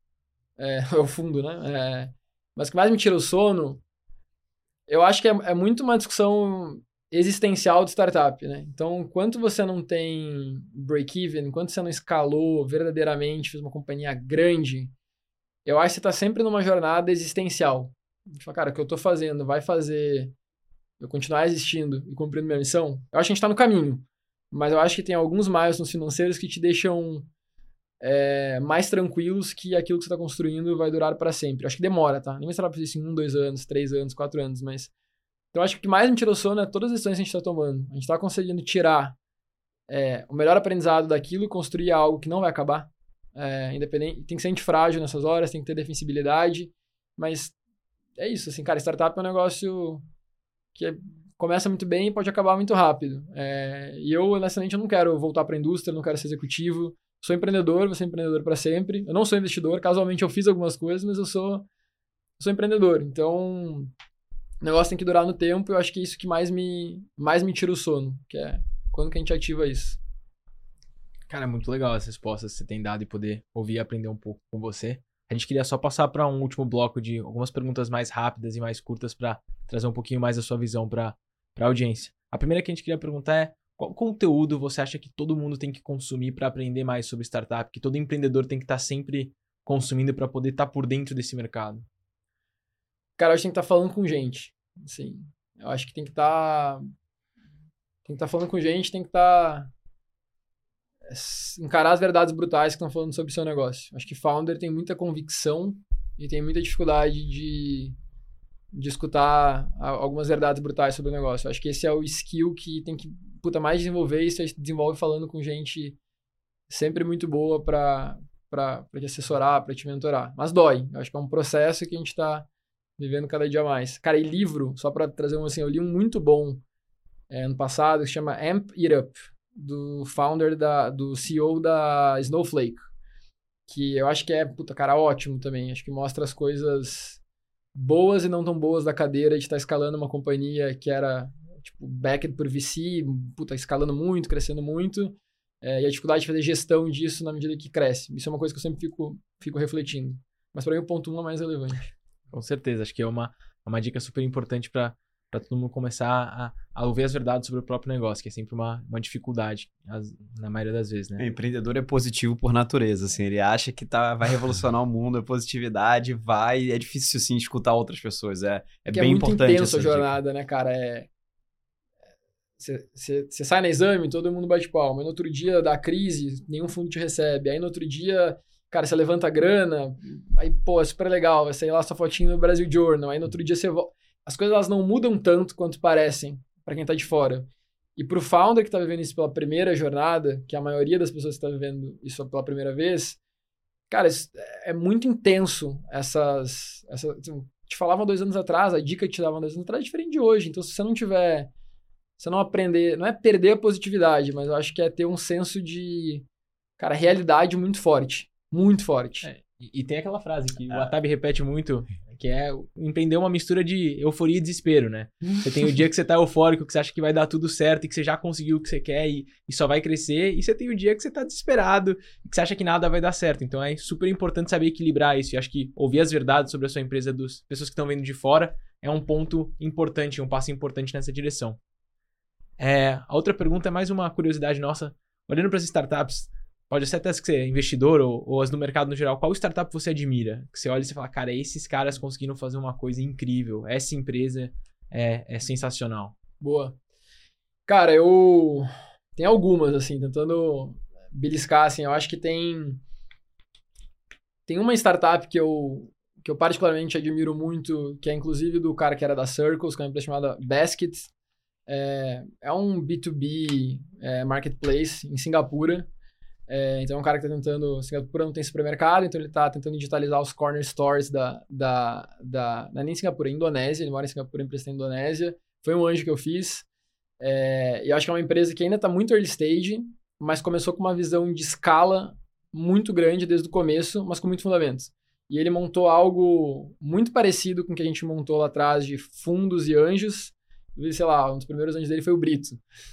É, é o fundo, né? É... Mas o que mais me tira o sono... Eu acho que é, é muito uma discussão... existencial de startup, né? Então, enquanto você não tem break-even, enquanto você não escalou verdadeiramente, fez uma companhia grande, eu acho que você está sempre numa jornada existencial. A gente fala, cara, o que eu estou fazendo vai fazer eu continuar existindo e cumprindo minha missão? Eu acho que a gente está no caminho, mas eu acho que tem alguns milestones financeiros que te deixam é, mais tranquilos que aquilo que você está construindo vai durar para sempre. Eu acho que demora, tá? Nem vai ser isso em um, dois anos, três anos, quatro anos, mas então, acho que o que mais me tirou sono é todas as decisões que a gente está tomando. A gente está conseguindo tirar é, o melhor aprendizado daquilo e construir algo que não vai acabar. É, independente, tem que ser antifrágil nessas horas, tem que ter defensibilidade. Mas é isso, assim, cara, startup é um negócio que é, começa muito bem e pode acabar muito rápido. É, e eu, honestamente, eu não quero voltar para a indústria, não quero ser executivo. Sou empreendedor, vou ser empreendedor para sempre. Eu não sou investidor, casualmente eu fiz algumas coisas, mas eu sou, eu sou empreendedor. Então... O negócio tem que durar no tempo, eu acho que é isso que mais me, mais me tira o sono, que é quando que a gente ativa isso. Cara, é muito legal as respostas que você tem dado e poder ouvir e aprender um pouco com você. A gente queria só passar para um último bloco de algumas perguntas mais rápidas e mais curtas para trazer um pouquinho mais a sua visão para a audiência. A primeira que a gente queria perguntar é qual conteúdo você acha que todo mundo tem que consumir para aprender mais sobre startup, que todo empreendedor tem que estar tá sempre consumindo para poder estar tá por dentro desse mercado? Cara, eu acho que tem que estar tá falando com gente, assim, eu acho que tem que estar tá, tem que estar tá falando com gente, tem que estar tá, encarar as verdades brutais que estão falando sobre o seu negócio. Acho que founder tem muita convicção e tem muita dificuldade de, de escutar a, algumas verdades brutais sobre o negócio. Eu acho que esse é o skill que tem que, puta, mais desenvolver. Isso a gente desenvolve falando com gente sempre muito boa pra, pra, pra te assessorar, pra te mentorar. Mas dói. Eu acho que é um processo que a gente tá vivendo cada dia mais. Cara, e livro, só pra trazer um assim, eu li um muito bom é, ano passado, que se chama Amp It Up, do founder, da, do C E O da Snowflake. Que eu acho que é, puta, cara, ótimo também. Acho que mostra as coisas boas e não tão boas da cadeira de estar escalando uma companhia que era, tipo, backed por V C, puta, escalando muito, crescendo muito, é, e a dificuldade de fazer gestão disso na medida que cresce. Isso é uma coisa que eu sempre fico, fico refletindo. Mas para mim o ponto um é mais relevante. Com certeza, acho que é uma, uma dica super importante para para todo mundo começar a, a ouvir as verdades sobre o próprio negócio, que é sempre uma, uma dificuldade, as, na maioria das vezes, né? O empreendedor é positivo por natureza, assim, ele acha que tá, vai revolucionar o mundo, é positividade, vai, é difícil, assim, escutar outras pessoas, é, é bem é muito importante intenso essa a jornada, dica. Né, cara, é... Você sai no exame, todo mundo bate palma, aí no outro dia dá crise, nenhum fundo te recebe, aí no outro dia, cara, você levanta a grana, aí, pô, é super legal, vai sair lá sua fotinho no Brasil Journal, aí no outro dia você volta. As coisas elas não mudam tanto quanto parecem para quem tá de fora. E pro founder que tá vivendo isso pela primeira jornada, que a maioria das pessoas que tá vivendo isso pela primeira vez, cara, é muito intenso essas... essas te falavam dois anos atrás, a dica que te davam dois anos atrás é diferente de hoje. Então, se você não tiver... Se você não aprender... Não é perder a positividade, mas eu acho que é ter um senso de... Cara, realidade muito forte. Muito forte. É, e, e tem aquela frase que ah. o Atabi repete muito... Que é empreender uma mistura de euforia e desespero, né? Você tem o dia que você tá eufórico, que você acha que vai dar tudo certo e que você já conseguiu o que você quer e, e só vai crescer. E você tem o dia que você tá desesperado e que você acha que nada vai dar certo. Então é super importante saber equilibrar isso. E acho que ouvir as verdades sobre a sua empresa das pessoas que estão vendo de fora é um ponto importante, um passo importante nessa direção. É, a outra pergunta é mais uma curiosidade nossa. Olhando para as startups, pode ser até ser investidor ou, ou as do mercado no geral, qual startup você admira? Que você olha e você fala, cara, esses caras conseguiram fazer uma coisa incrível. Essa empresa é, é sensacional. Boa. Cara, eu... Tem algumas, assim, tentando beliscar, assim, eu acho que tem... Tem uma startup que eu, que eu particularmente admiro muito, que é inclusive do cara que era da Circles, que é uma empresa chamada Basket. É, é um B dois B é, marketplace em Singapura. É, então é um cara que está tentando... Singapura não tem supermercado, então ele está tentando digitalizar os corner stores da... da, da não é nem Singapura, é Indonésia. Ele mora em Singapura, a empresa está em Indonésia. Foi um anjo que eu fiz. É, e eu acho que é uma empresa que ainda está muito early stage, mas começou com uma visão de escala muito grande desde o começo, mas com muitos fundamentos. E ele montou algo muito parecido com o que a gente montou lá atrás de fundos e anjos. Sei lá, um dos primeiros anjos dele foi o Brito.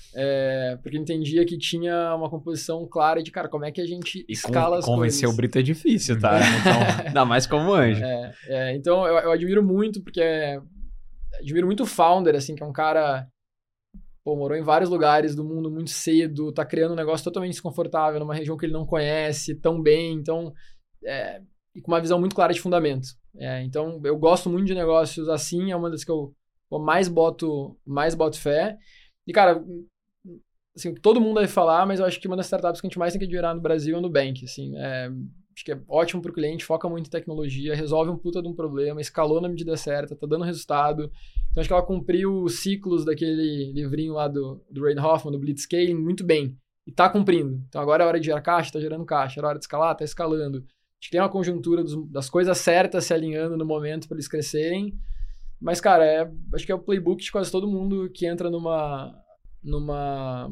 É, porque ele entendia que tinha uma composição clara de, cara, como é que a gente e escala as coisas. Convencer o Brito é difícil, tá? Então, ainda mais como anjo. É, é, então, eu, eu admiro muito, porque é, admiro muito o founder, assim, que é um cara... Pô, morou em vários lugares do mundo muito cedo, tá criando um negócio totalmente desconfortável numa região que ele não conhece tão bem, então... É, e com uma visão muito clara de fundamento. É, então, eu gosto muito de negócios assim, é uma das que eu... Pô, mais boto, mais boto fé. E, cara, assim, todo mundo deve falar, mas eu acho que uma das startups que a gente mais tem que admirar no Brasil é o Nubank. Assim, é, acho que é ótimo pro cliente, foca muito em tecnologia, resolve um puta de um problema, escalou na medida certa, tá dando resultado. Então, acho que ela cumpriu os ciclos daquele livrinho lá do, do Reid Hoffman, do Blitzscaling, muito bem. E tá cumprindo. Então, agora é hora de gerar caixa, tá gerando caixa. É hora de escalar, tá escalando. Acho que tem uma conjuntura dos, das coisas certas se alinhando no momento para eles crescerem. Mas, cara, é, acho que é o playbook de quase todo mundo que entra numa numa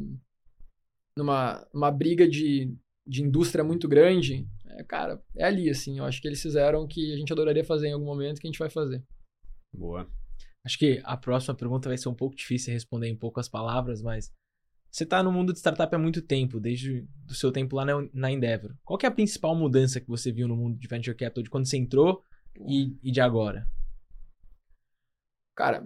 numa, numa briga de, de indústria muito grande. É, cara, é ali, assim. Eu acho que eles fizeram o que a gente adoraria fazer em algum momento, que a gente vai fazer. Boa. Acho que a próxima pergunta vai ser um pouco difícil responder em poucas palavras, mas você está no mundo de startup há muito tempo, desde o seu tempo lá na, na Endeavor. Qual que é a principal mudança que você viu no mundo de Venture Capital de quando você entrou e, e de agora? Cara,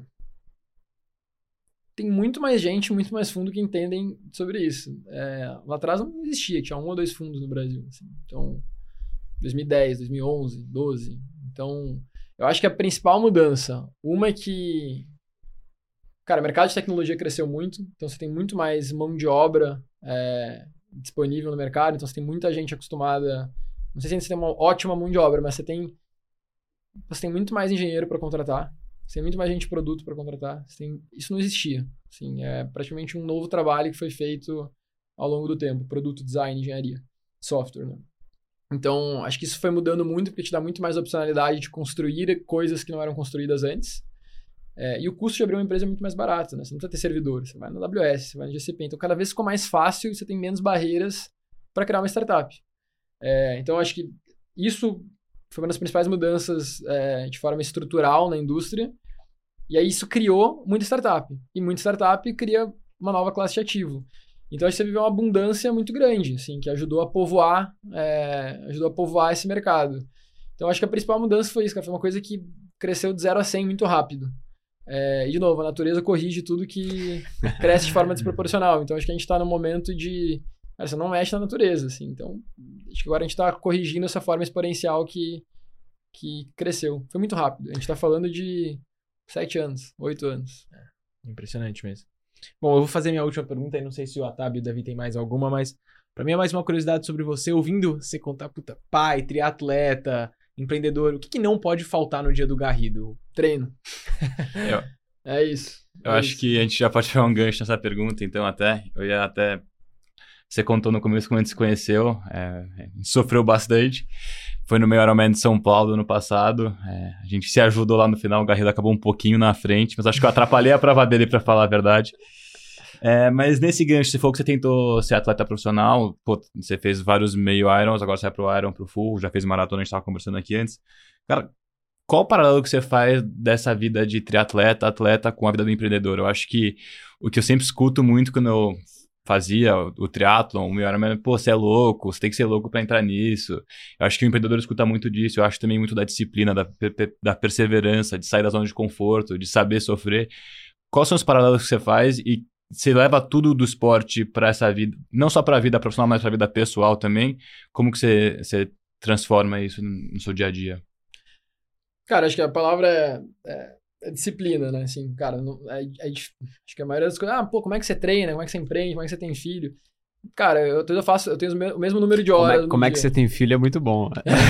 tem muito mais gente, muito mais fundo que entendem sobre isso. É, lá atrás não existia, tinha um ou dois fundos no Brasil. Assim. Então, dois mil e dez, dois mil e onze, doze. Então, eu acho que a principal mudança, uma é que, cara, o mercado de tecnologia cresceu muito, então você tem muito mais mão de obra é, disponível no mercado, então você tem muita gente acostumada, não sei se você tem uma ótima mão de obra, mas você tem, você tem muito mais engenheiro para contratar. você tem muito mais gente de produto para contratar. Você tem... Isso não existia. Assim, é praticamente um novo trabalho que foi feito ao longo do tempo. Produto, design, engenharia, software, né? Então, acho que isso foi mudando muito porque te dá muito mais opcionalidade de construir coisas que não eram construídas antes. É, e o custo de abrir uma empresa é muito mais barato, né? Você não precisa ter servidor, você vai no A W S, você vai no G C P. Então, cada vez ficou mais fácil e você tem menos barreiras para criar uma startup. É, então, acho que isso foi uma das principais mudanças é, de forma estrutural na indústria. E aí isso criou muita startup. E muita startup cria uma nova classe de ativo. Então, você viveu uma abundância muito grande, assim, que ajudou a povoar, é, ajudou a povoar esse mercado. Então, acho que a principal mudança foi isso, cara. Foi uma coisa que cresceu de zero a cem muito rápido. É, e, de novo, a natureza corrige tudo que cresce de forma desproporcional. Então, acho que a gente está num momento de... Cara, você não mexe na natureza, assim. Então, acho que agora a gente está corrigindo essa forma exponencial que, que cresceu. Foi muito rápido. A gente está falando de sete anos, oito anos. É, impressionante mesmo. Bom, eu vou fazer minha última pergunta, e não sei se o Atab e o Davi tem mais alguma, mas para mim é mais uma curiosidade sobre você, ouvindo você contar, puta, pai, triatleta, empreendedor, o que, que não pode faltar no dia do Garrido? Treino. Eu, é isso. Eu é acho isso. que a gente já pode pegar um gancho nessa pergunta, então até, eu ia até... Você contou no começo como a gente se conheceu, é, a gente sofreu bastante, foi no meio Ironman de São Paulo ano passado, é, a gente se ajudou lá no final, o Garrido acabou um pouquinho na frente, mas acho que eu atrapalhei a prova dele pra falar a verdade. É, mas nesse gancho, você falou que você tentou ser atleta profissional, pô, você fez vários meio Irons, agora você vai pro Iron, pro Full, já fez maratona, a gente tava conversando aqui antes. Cara, qual o paralelo que você faz dessa vida de triatleta, atleta com a vida do empreendedor? Eu acho que o que eu sempre escuto muito quando eu fazia o, o triatlon, o meu Ironman, pô, você é louco, você tem que ser louco pra entrar nisso. Eu acho que o empreendedor escuta muito disso, eu acho também muito da disciplina, da, da perseverança, de sair da zona de conforto, de saber sofrer. Quais são os paralelos que você faz e você leva tudo do esporte pra essa vida, não só pra vida profissional, mas pra vida pessoal também? Como que você, você transforma isso no seu dia a dia? Cara, acho que a palavra é... é... É disciplina, né? Assim, cara, não, é, é, acho que a maioria das coisas... Ah, pô, como é que você treina? Como é que você empreende? Como é que você tem filho? Cara, eu, eu faço... Eu tenho o mesmo número de horas... Como é, como é que você tem filho é muito bom.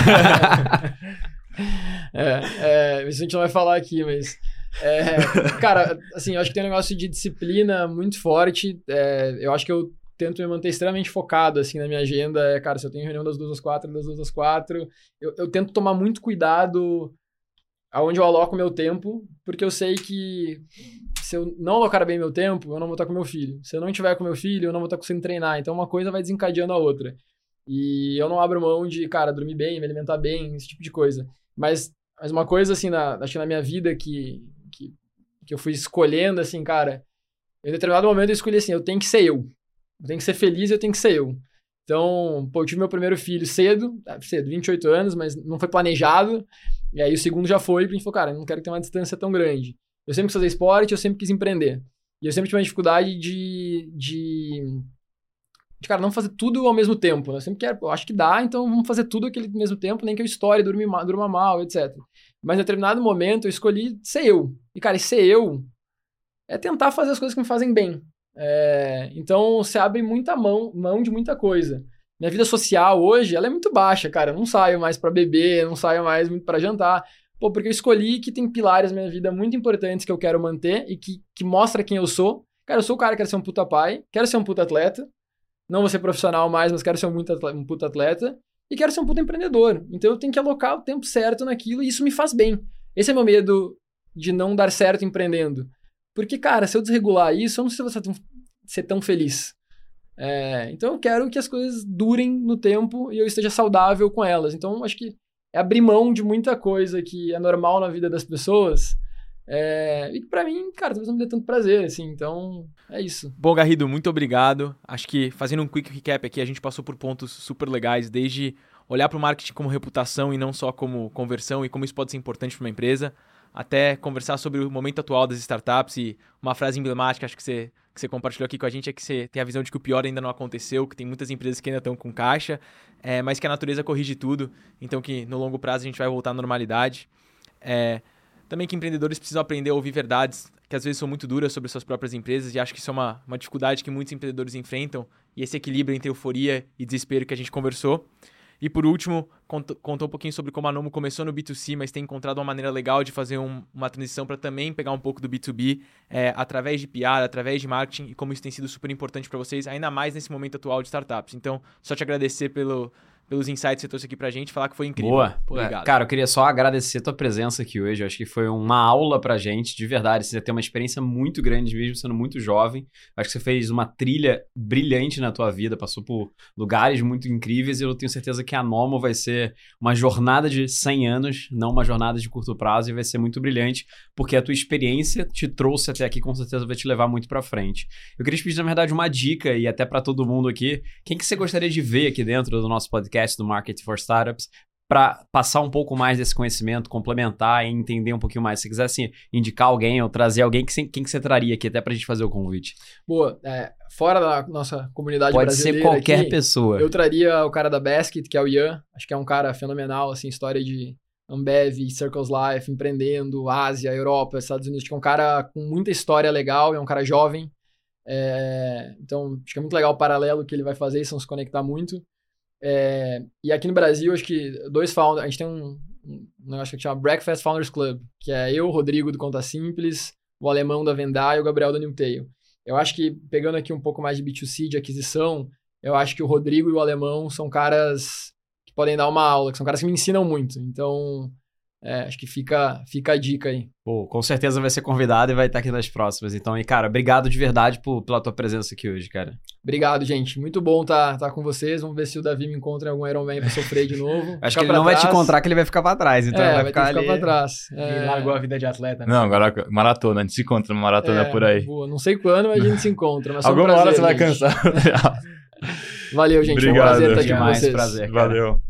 é, é, isso a gente não vai falar aqui, mas... É, cara, assim, eu acho que tem um negócio de disciplina muito forte. É, eu acho que eu tento me manter extremamente focado, assim, na minha agenda. É, cara, se eu tenho reunião das duas às quatro, das duas às quatro... Eu, eu tento tomar muito cuidado... aonde eu aloco meu tempo, porque eu sei que se eu não alocar bem meu tempo, eu não vou estar com meu filho. Se eu não estiver com meu filho, eu não vou estar conseguindo treinar. Então, uma coisa vai desencadeando a outra. E eu não abro mão de, cara, dormir bem, me alimentar bem, esse tipo de coisa. Mas, mas uma coisa, assim, na, acho que na minha vida que, que, que eu fui escolhendo, assim, cara, em determinado momento eu escolhi assim, eu tenho que ser eu. Eu tenho que ser feliz e eu tenho que ser eu. Então, pô, eu tive meu primeiro filho cedo, cedo, vinte e oito anos, mas não foi planejado. E aí o segundo já foi, porque a gente falou, cara, eu não quero ter uma distância tão grande. Eu sempre quis fazer esporte, eu sempre quis empreender. E eu sempre tive uma dificuldade de, de, de cara, não fazer tudo ao mesmo tempo. Né? Eu sempre quero, eu acho que dá, então vamos fazer tudo aquele mesmo tempo, nem que eu estoure, durma, durma mal, etcétera. Mas em determinado momento eu escolhi ser eu. E, cara, ser eu é tentar fazer as coisas que me fazem bem. É, então você abre muita mão, mão de muita coisa. Minha vida social hoje, ela é muito baixa, cara. Eu não saio mais pra beber, não saio mais muito pra jantar. Pô, porque eu escolhi que tem pilares na minha vida muito importantes que eu quero manter e que, que mostra quem eu sou. Cara, eu sou o cara que quer ser um puta pai, quero ser um puta atleta. Não vou ser profissional mais, mas quero ser um, muito atleta, um puta atleta. E quero ser um puta empreendedor. Então eu tenho que alocar o tempo certo naquilo e isso me faz bem. Esse é meu medo de não dar certo empreendendo. Porque, cara, se eu desregular isso, eu não sei se eu vou ser tão feliz. É, então eu quero que as coisas durem no tempo e eu esteja saudável com elas. Então acho que é abrir mão de muita coisa que é normal na vida das pessoas. É, e que pra mim, cara, talvez não me dê tanto prazer, assim. Então é isso. Bom, Garrido, muito obrigado. Acho que fazendo um quick recap aqui, a gente passou por pontos super legais, desde olhar para o marketing como reputação e não só como conversão e como isso pode ser importante para uma empresa, até conversar sobre o momento atual das startups. E uma frase emblemática, acho que você, que você compartilhou aqui com a gente, é que você tem a visão de que o pior ainda não aconteceu, que tem muitas empresas que ainda estão com caixa, é, mas que a natureza corrige tudo, então que no longo prazo a gente vai voltar à normalidade. É, também que empreendedores precisam aprender a ouvir verdades que às vezes são muito duras sobre suas próprias empresas, e acho que isso é uma, uma dificuldade que muitos empreendedores enfrentam, e esse equilíbrio entre euforia e desespero que a gente conversou. E por último, contou, contou um pouquinho sobre como a Nomo começou no B dois C, mas tem encontrado uma maneira legal de fazer um, uma transição para também pegar um pouco do B dois B, é, através de P R, através de marketing, e como isso tem sido super importante para vocês, ainda mais nesse momento atual de startups. Então, só te agradecer pelo... pelos insights que você trouxe aqui pra gente, falar que foi incrível. Boa. Obrigado. Cara, eu queria só agradecer a tua presença aqui hoje. Eu acho que foi uma aula pra gente, de verdade. Você tem uma experiência muito grande, mesmo sendo muito jovem. Acho que você fez uma trilha brilhante na tua vida, passou por lugares muito incríveis, e eu tenho certeza que a Nomo vai ser uma jornada de cem anos, não uma jornada de curto prazo, e vai ser muito brilhante, porque a tua experiência te trouxe até aqui, com certeza vai te levar muito pra frente. Eu queria te pedir, na verdade, uma dica, e até pra todo mundo aqui, quem que você gostaria de ver aqui dentro do nosso podcast, do Marketing for Startups, para passar um pouco mais desse conhecimento, complementar e entender um pouquinho mais. Se você quiser, assim, indicar alguém ou trazer alguém, que você, quem que você traria aqui, até pra gente fazer o convite? Boa, é, fora da nossa comunidade Pode brasileira ser qualquer aqui, pessoa. eu traria o cara da Basket, que é o Ian. Acho que é um cara fenomenal, assim, história de Ambev, Circles Life, empreendendo, Ásia, Europa, Estados Unidos. Acho que é um cara com muita história legal, é um cara jovem. É, então, acho que é muito legal o paralelo que ele vai fazer, são se conectar muito. É, e aqui no Brasil, acho que dois founders, a gente tem um, um negócio que chama Breakfast Founders Club, que é eu, o Rodrigo do Conta Simples, o alemão da Vendai e o Gabriel da Newtail. Eu acho que, pegando aqui um pouco mais de B dois C, de aquisição, eu acho que o Rodrigo e o alemão são caras que podem dar uma aula, que são caras que me ensinam muito. Então, é, acho que fica, fica a dica aí. Pô, com certeza vai ser convidado e vai estar aqui nas próximas. Então, e cara, obrigado de verdade por, pela tua presença aqui hoje, cara. Obrigado, gente. Muito bom estar tá, tá com vocês. Vamos ver se o Davi me encontra em algum Ironman pra sofrer de novo. Acho que ele não trás. vai te encontrar, que ele vai ficar pra trás. Então, é, vai, vai ficar, ter que ali... ficar pra trás. É... Ele largou a vida de atleta. Né? Não, agora maratona. A gente se encontra na maratona é, por aí. Boa. Não sei quando, mas a gente se encontra. Mas alguma um prazer, hora você gente. vai cansar. Valeu, gente. Obrigado. Foi um prazer estar aqui Demais, com vocês. Prazer, cara. Valeu.